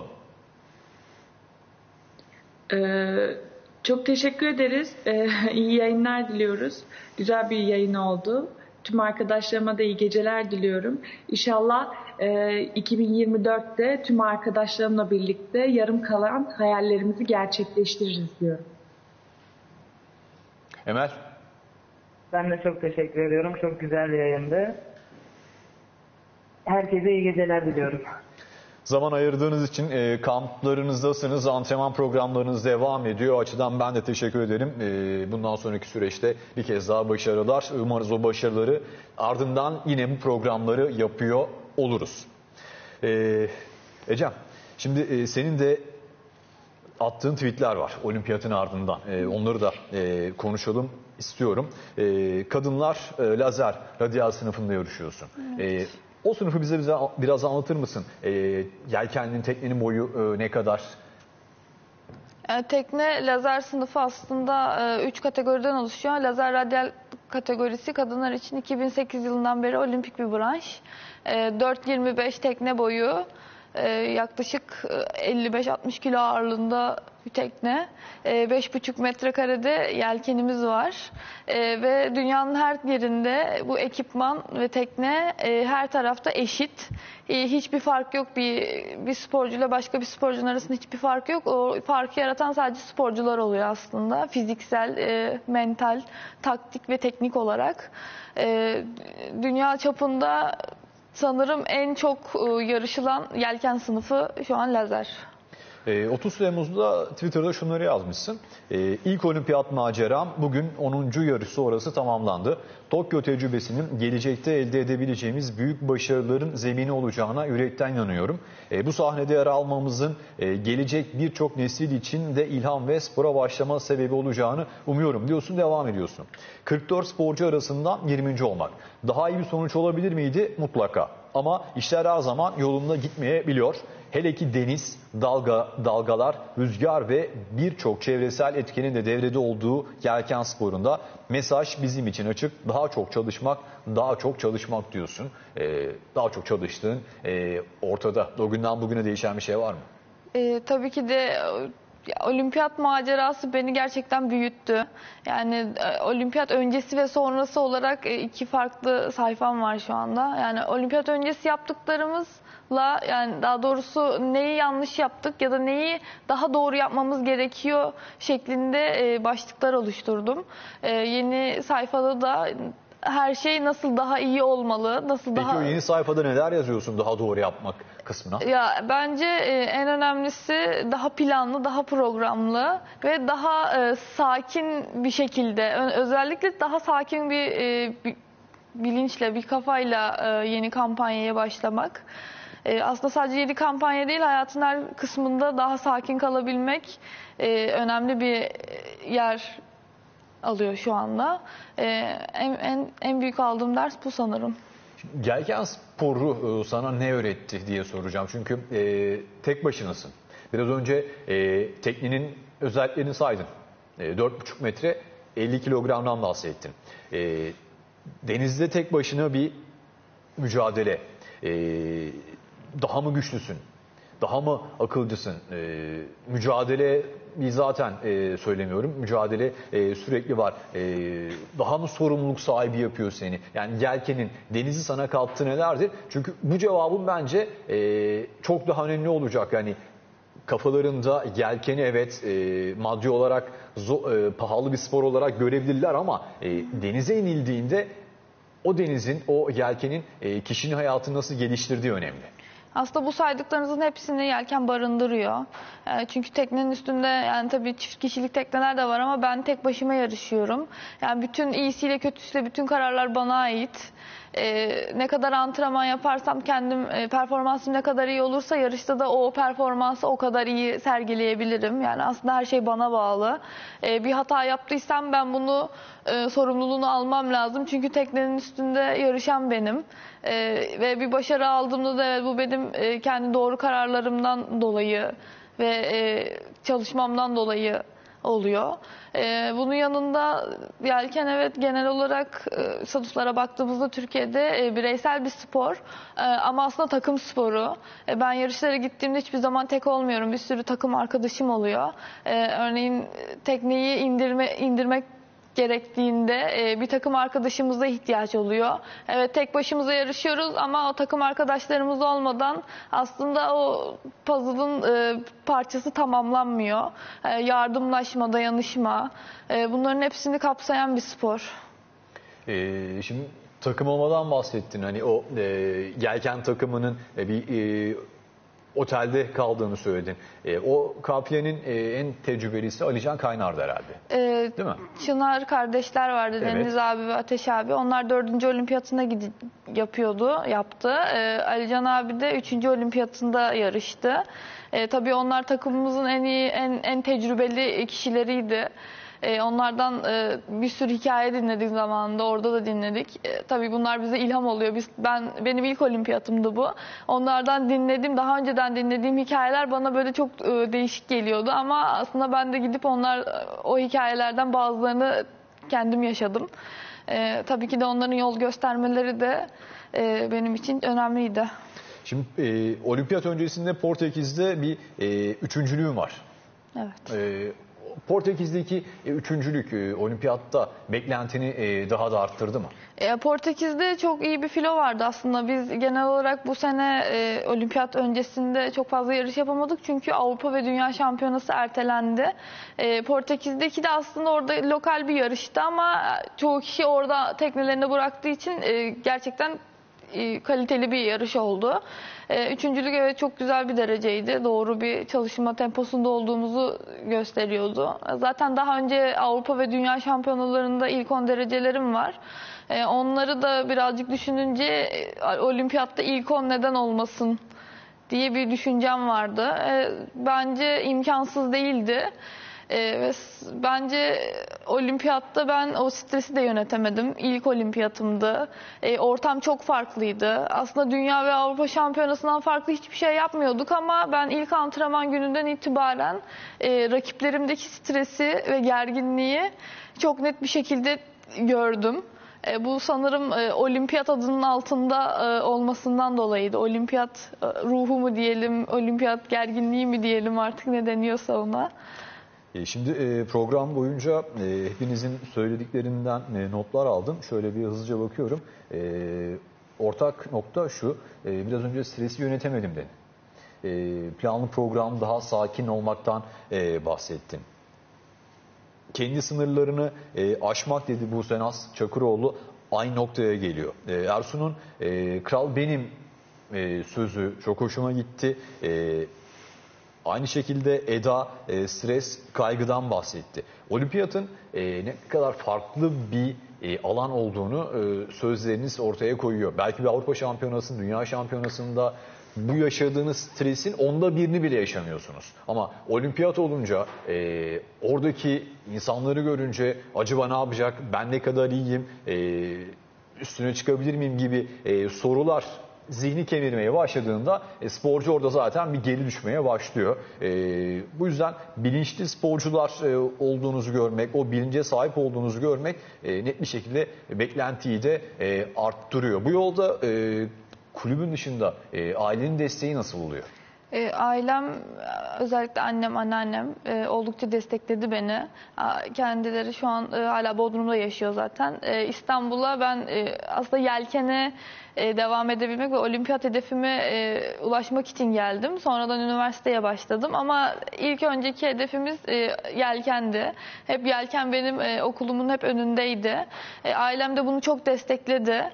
Ee, çok teşekkür ederiz. Ee, iyi yayınlar diliyoruz. Güzel bir yayın oldu. Tüm arkadaşlarıma da iyi geceler diliyorum. İnşallah e, iki bin yirmi dörtte tüm arkadaşlarımla birlikte yarım kalan hayallerimizi gerçekleştiririz diyorum. Emel? Ben de çok teşekkür ediyorum. Çok güzel bir yayındı. Herkese iyi geceler diliyorum. Zaman ayırdığınız için e, kamplarınızdasınız, antrenman programlarınız devam ediyor. O açıdan ben de teşekkür ederim. E, bundan sonraki süreçte bir kez daha başarılar. Umarız o başarıları ardından yine bu programları yapıyor oluruz. E, Ecem, şimdi e, senin de attığın tweetler var olimpiyatın ardından. E, onları da e, konuşalım istiyorum. E, kadınlar e, lazer radyal sınıfında yarışıyorsun. Evet. E, O sınıfı bize, bize biraz anlatır mısın? E, yelkenlinin, teknenin boyu e, ne kadar? E, tekne lazer sınıfı aslında e, üç kategoriden oluşuyor. Lazer radyal kategorisi kadınlar için iki bin sekiz yılından beri olimpik bir branş. E, dört yirmi beş tekne boyu, e, yaklaşık elli beş altmış kilo ağırlığında bir tekne. E, beş buçuk metrekarede yelkenimiz var. E, ve dünyanın her yerinde bu ekipman ve tekne e, her tarafta eşit. E, hiçbir fark yok. Bir, bir sporcuyla başka bir sporcunun arasında hiçbir fark yok. O farkı yaratan sadece sporcular oluyor aslında. Fiziksel, e, mental, taktik ve teknik olarak. E, dünya çapında sanırım en çok e, yarışılan yelken sınıfı şu an lazer. otuz Temmuz'da Twitter'da şunları yazmışsın. İlk olimpiyat maceram bugün onuncu yarış sonrası tamamlandı. Tokyo tecrübesinin gelecekte elde edebileceğimiz büyük başarıların zemini olacağına yürekten inanıyorum. Bu sahnede yer almamızın gelecek birçok nesil için de ilham ve spora başlama sebebi olacağını umuyorum diyorsun, devam ediyorsun. kırk dört sporcu arasından yirminci olmak. Daha iyi bir sonuç olabilir miydi? Mutlaka. Ama işler her zaman yolunda gitmeyebiliyor. Hele ki deniz, dalga, dalgalar, rüzgar ve birçok çevresel etkenin de devrede olduğu yelken sporunda mesaj bizim için açık. Daha çok çalışmak, daha çok çalışmak diyorsun. Ee, daha çok çalıştığın e, ortada. O günden bugüne değişen bir şey var mı? Ee, tabii ki de ya, olimpiyat macerası beni gerçekten büyüttü. Yani e, olimpiyat öncesi ve sonrası olarak e, iki farklı sayfam var şu anda. Yani olimpiyat öncesi yaptıklarımızla, yani daha doğrusu neyi yanlış yaptık ya da neyi daha doğru yapmamız gerekiyor şeklinde e, başlıklar oluşturdum. E, yeni sayfada da her şey nasıl daha iyi olmalı, nasıl Peki daha... o yeni sayfada neler yazıyorsun daha doğru yapmak kısmına? Ya bence e, en önemlisi daha planlı, daha programlı ve daha e, sakin bir şekilde, ö- özellikle daha sakin bir, e, bir bilinçle, bir kafayla e, yeni kampanyaya başlamak. E, aslında sadece yeni kampanya değil, hayatın her kısmında daha sakin kalabilmek e, önemli bir yer alıyor şu anda. Ee, en, en, en büyük aldığım ders bu sanırım. Yelken sporu sana ne öğretti diye soracağım. Çünkü e, tek başınasın. Biraz önce e, teknenin özelliklerini saydın. E, dört buçuk metre elli kilogramdan bahsettin. E, denizde tek başına bir mücadele. E, daha mı güçlüsün? Daha mı akılcısın? E, mücadele bir zaten e, söylemiyorum. Mücadele e, sürekli var. E, daha mı sorumluluk sahibi yapıyor seni? Yani yelkenin, denizi sana kattığı nelerdir? Çünkü bu cevabın bence e, çok daha önemli olacak. Yani kafalarında yelkeni evet e, maddi olarak zo, e, pahalı bir spor olarak görebilirler ama e, denize inildiğinde o denizin, o yelkenin e, kişinin hayatını nasıl geliştirdiği önemli. Aslında bu saydıklarınızın hepsini yelken barındırıyor. Yani çünkü teknenin üstünde, yani tabii çift kişilik tekneler de var ama ben tek başıma yarışıyorum. Yani bütün iyisiyle kötüsüyle bütün kararlar bana ait. Ee, ne kadar antrenman yaparsam kendim, e, performansım ne kadar iyi olursa yarışta da o performansı o kadar iyi sergileyebilirim. Yani aslında her şey bana bağlı. Ee, bir hata yaptıysam ben bunu e, sorumluluğunu almam lazım. Çünkü teknenin üstünde yarışan benim. Ee, ve bir başarı aldığımda da evet, bu benim e, kendi doğru kararlarımdan dolayı ve e, çalışmamdan dolayı oluyor. Ee, bunun yanında yelken evet genel olarak e, statüslere baktığımızda Türkiye'de e, bireysel bir spor e, ama aslında takım sporu. E, ben yarışlara gittiğimde hiçbir zaman tek olmuyorum. Bir sürü takım arkadaşım oluyor. E, örneğin tekneyi indirme indirmek gerektiğinde e, bir takım arkadaşımıza ihtiyaç oluyor. Evet, tek başımıza yarışıyoruz ama o takım arkadaşlarımız olmadan aslında o puzzle'ın e, parçası tamamlanmıyor. E, yardımlaşma, dayanışma, e, bunların hepsini kapsayan bir spor. Ee, şimdi takım olmadan bahsettin. Hani o e, yelken takımının e, bir e, otelde kaldığını söyledin. E, o kafilenin e, en tecrübelisi Alican Kaynar'dı herhalde. E, Değil mi? Çınar kardeşler vardı. Evet. Deniz abi ve Ateş abi. Onlar dördüncü olimpiyatına gidi yapıyordu, yaptı. E, Alican abi de üçüncü olimpiyatında yarıştı. E, tabii onlar takımımızın en iyi, en, en tecrübeli kişileriydi. E, onlardan e, bir sürü hikaye dinledik zamanında, orada da dinledik. E, tabii bunlar bize ilham oluyor. Biz, ben benim ilk olimpiyatımdı bu. Onlardan dinlediğim, daha önceden dinlediğim hikayeler bana böyle çok e, değişik geliyordu. Ama aslında ben de gidip onlar o hikayelerden bazılarını kendim yaşadım. E, tabii ki de onların yol göstermeleri de e, benim için önemliydi. Şimdi e, olimpiyat öncesinde Portekiz'de bir e, üçüncülüğün var. Evet. E, Portekiz'deki e, üçüncülük e, olimpiyatta beklentini e, daha da arttırdı mı? E, Portekiz'de çok iyi bir filo vardı aslında. Biz genel olarak bu sene e, olimpiyat öncesinde çok fazla yarış yapamadık. Çünkü Avrupa ve Dünya Şampiyonası ertelendi. E, Portekiz'deki de aslında orada lokal bir yarıştı ama çoğu kişi orada teknelerini bıraktığı için e, gerçekten e, kaliteli bir yarış oldu. E, üçüncülük evet çok güzel bir dereceydi. Doğru bir çalışma temposunda olduğumuzu gösteriyordu. Zaten daha önce Avrupa ve Dünya şampiyonalarında ilk on derecelerim var. E, onları da birazcık düşününce e, olimpiyatta ilk on neden olmasın diye bir düşüncem vardı. E, bence imkansız değildi. E, ve s- bence olimpiyatta ben o stresi de yönetemedim. İlk olimpiyatımdı. E, ortam çok farklıydı. Aslında dünya ve Avrupa şampiyonasından farklı hiçbir şey yapmıyorduk ama ben ilk antrenman gününden itibaren e, rakiplerimdeki stresi ve gerginliği çok net bir şekilde gördüm. E, bu sanırım e, olimpiyat adının altında e, olmasından dolayıydı. Olimpiyat e, ruhu mu diyelim, olimpiyat gerginliği mi diyelim artık ne deniyorsa ona. E, Şimdi e, program boyunca e, hepinizin söylediklerinden e, notlar aldım. Şöyle bir hızlıca bakıyorum. E, Ortak nokta şu, e, biraz önce stresi yönetemedim dedin. E, Planlı program daha sakin olmaktan e, bahsettin. Kendi sınırlarını e, aşmak dedi Buse Naz Çakıroğlu, aynı noktaya geliyor. E, Ersun'un e, kral benim e, sözü çok hoşuma gitti. E, aynı şekilde Eda e, stres, kaygıdan bahsetti. Olimpiyatın e, ne kadar farklı bir e, alan olduğunu e, sözleriniz ortaya koyuyor. Belki bir Avrupa Şampiyonası, Dünya Şampiyonası'nda bu yaşadığınız stresin onda birini bile yaşamıyorsunuz. Ama olimpiyat olunca e, oradaki insanları görünce acaba ne yapacak, ben ne kadar iyiyim, e, üstüne çıkabilir miyim gibi e, sorular zihni kemirmeye başladığında e, sporcu orada zaten bir geri düşmeye başlıyor. E, bu yüzden bilinçli sporcular e, olduğunuzu görmek, o bilince sahip olduğunuzu görmek e, net bir şekilde beklentiyi de e, arttırıyor. Bu yolda e, kulübün dışında e, ailenin desteği nasıl oluyor? E, ailem, özellikle annem, anneannem e, oldukça destekledi beni. A, kendileri şu an e, hala Bodrum'da yaşıyor zaten. E, İstanbul'a ben e, aslında yelkene e, devam edebilmek ve olimpiyat hedefime e, ulaşmak için geldim. Sonradan üniversiteye başladım ama ilk önceki hedefimiz e, yelkendi. Hep yelken benim e, okulumun hep önündeydi. E, ailem de bunu çok destekledi.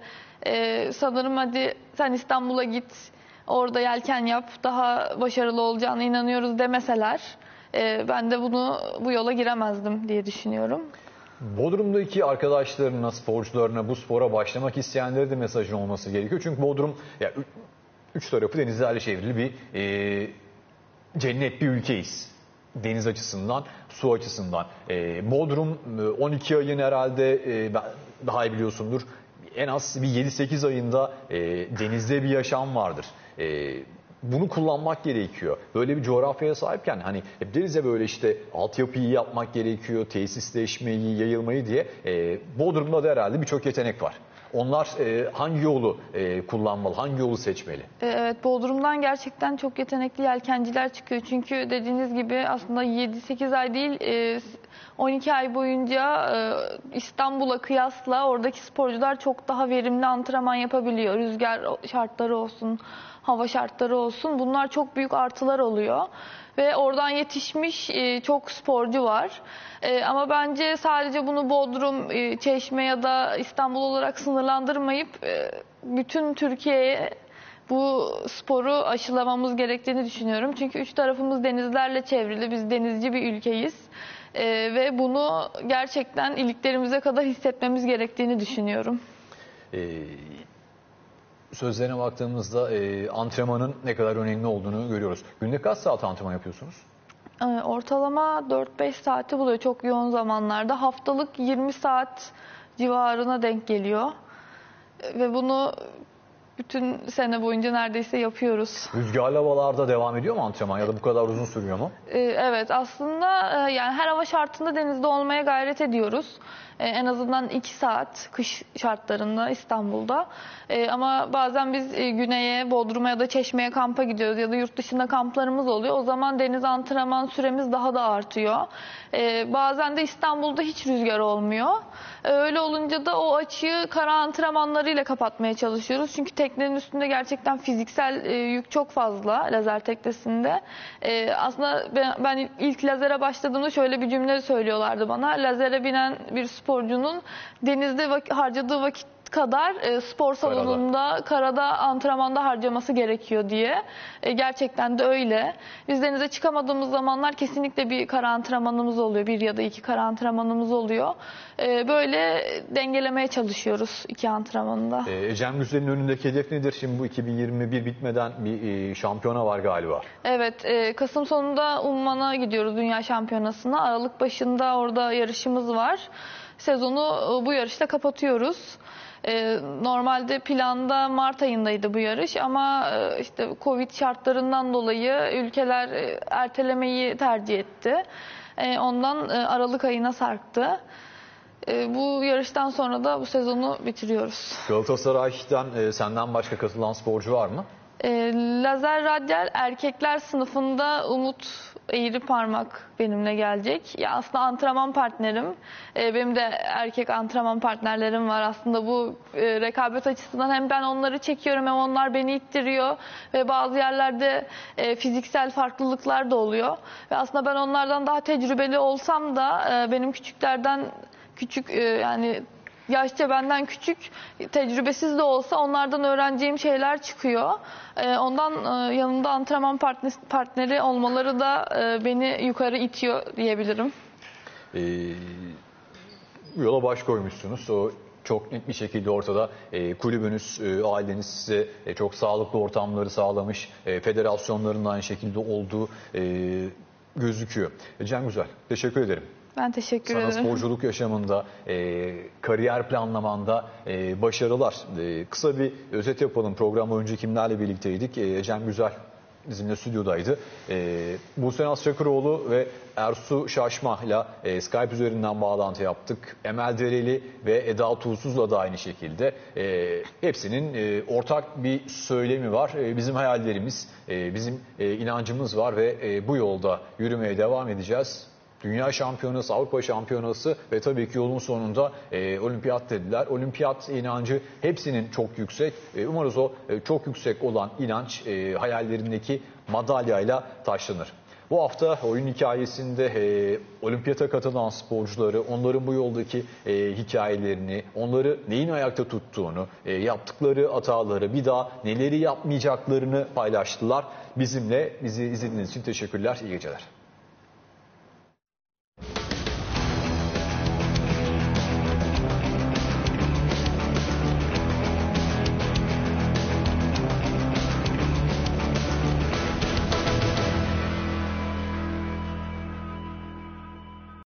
E, sanırım hadi sen İstanbul'a git, orada yelken yap, daha başarılı olacağına inanıyoruz demeseler e, ben de bunu bu yola giremezdim diye düşünüyorum. Bodrum'daki arkadaşlarına, sporcularına, bu spora başlamak isteyenlere de mesajın olması gerekiyor. Çünkü Bodrum ya, üç tarafı denizlerle çevrili bir e, cennet bir ülkeyiz. Deniz açısından, su açısından. E, Bodrum on iki ayın herhalde e, daha iyi biliyorsundur. En az bir yedi sekiz ayında e, denizde bir yaşam vardır. E, bunu kullanmak gerekiyor. Böyle bir coğrafyaya sahipken hani hep deriz ya böyle işte altyapıyı yapmak gerekiyor, tesisleşmeyi, yayılmayı diye. E, Bodrum'da da herhalde birçok yetenek var. Onlar e, hangi yolu e, kullanmalı, hangi yolu seçmeli? Evet, Bodrum'dan gerçekten çok yetenekli yelkenciler çıkıyor. Çünkü dediğiniz gibi aslında yedi sekiz ay değil, on iki ay boyunca İstanbul'a kıyasla oradaki sporcular çok daha verimli antrenman yapabiliyor. Rüzgar şartları olsun, hava şartları olsun, bunlar çok büyük artılar oluyor. Ve oradan yetişmiş çok sporcu var. Ama bence sadece bunu Bodrum, Çeşme ya da İstanbul olarak sınırlandırmayıp bütün Türkiye'ye bu sporu aşılamamız gerektiğini düşünüyorum. Çünkü üç tarafımız denizlerle çevrili, biz denizci bir ülkeyiz. Ve bunu gerçekten iliklerimize kadar hissetmemiz gerektiğini düşünüyorum. Ee, Sözlerine baktığımızda e, antrenmanın ne kadar önemli olduğunu görüyoruz. Günde kaç saat antrenman yapıyorsunuz? Ortalama dört beş saati buluyor çok yoğun zamanlarda. Haftalık yirmi saat civarına denk geliyor. Ve bunu bütün sene boyunca neredeyse yapıyoruz. Rüzgarlı havalarda devam ediyor mu antrenman ya da bu kadar uzun sürüyor mu? Evet, aslında yani her hava şartında denizde olmaya gayret ediyoruz. En azından iki saat kış şartlarında İstanbul'da. Ama bazen biz güneye, Bodrum'a ya da Çeşme'ye kampa gidiyoruz ya da yurt dışında kamplarımız oluyor. O zaman deniz antrenman süremiz daha da artıyor. Bazen de İstanbul'da hiç rüzgar olmuyor. Öyle olunca da o açığı kara antrenmanlarıyla kapatmaya çalışıyoruz. Çünkü teknenin üstünde gerçekten fiziksel yük çok fazla lazer teknesinde. Aslında ben ilk lazere başladığımda şöyle bir cümle söylüyorlardı bana. Lazere binen bir sporcunun denizde vak- harcadığı vakit kadar e, spor salonunda, karada antrenmanda harcaması gerekiyor diye. E, gerçekten de öyle. Biz denize çıkamadığımız zamanlar kesinlikle bir kara antrenmanımız oluyor. Bir ya da iki kara antrenmanımız oluyor. E, böyle dengelemeye çalışıyoruz iki antrenmanında. E, Cem Güzel'in önündeki hedef nedir? Şimdi bu iki bin yirmi bir bitmeden bir e, şampiyona var galiba. Evet, e, Kasım sonunda Umman'a gidiyoruz Dünya Şampiyonası'na. Aralık başında orada yarışımız var. Sezonu bu yarışla kapatıyoruz. Ee, normalde planda Mart ayındaydı bu yarış ama e, işte Covid şartlarından dolayı ülkeler e, ertelemeyi tercih etti. E, ondan e, Aralık ayına sarktı. E, bu yarıştan sonra da bu sezonu bitiriyoruz. Galatasaray'dan e, senden başka katılan sporcu var mı? E, lazer radyal erkekler sınıfında Umut Eğriparmak benimle gelecek. Ya aslında antrenman partnerim. E, benim de erkek antrenman partnerlerim var. Aslında bu e, rekabet açısından hem ben onları çekiyorum hem onlar beni ittiriyor ve bazı yerlerde e, fiziksel farklılıklar da oluyor. Ve aslında ben onlardan daha tecrübeli olsam da e, benim küçüklerden küçük e, yani yaşça benden küçük, tecrübesiz de olsa onlardan öğreneceğim şeyler çıkıyor. Ondan yanımda antrenman partneri olmaları da beni yukarı itiyor diyebilirim. Ee, yola baş koymuşsunuz. O çok net bir şekilde ortada. E, kulübünüz, e, aileniz size e, çok sağlıklı ortamları sağlamış. E, federasyonların aynı şekilde olduğu e, gözüküyor. E, Cem Güzel, teşekkür ederim. Ben teşekkür Sana ederim. sporculuk yaşamında, e, kariyer planlamanda e, başarılar. E, kısa bir özet yapalım. Program boyunca kimlerle birlikteydik? E, Cem Güzel bizimle stüdyodaydı. E, Buse Naz Çakıroğlu ve Ersu Şaşmah'la e, Skype üzerinden bağlantı yaptık. Emel Dereli ve Eda Tuğsuz'la da aynı şekilde. E, hepsinin e, ortak bir söylemi var. E, bizim hayallerimiz, e, bizim e, inancımız var ve e, bu yolda yürümeye devam edeceğiz. Dünya Şampiyonası, Avrupa Şampiyonası ve tabii ki yolun sonunda e, olimpiyat dediler. Olimpiyat inancı hepsinin çok yüksek. E, umarız o e, çok yüksek olan inanç e, hayallerindeki madalyayla taşlanır. Bu hafta oyun hikayesinde e, olimpiyata katılan sporcuları, onların bu yoldaki e, hikayelerini, onları neyin ayakta tuttuğunu, e, yaptıkları hataları, bir daha neleri yapmayacaklarını paylaştılar. Bizimle, bizi izlediğiniz için teşekkürler, iyi geceler.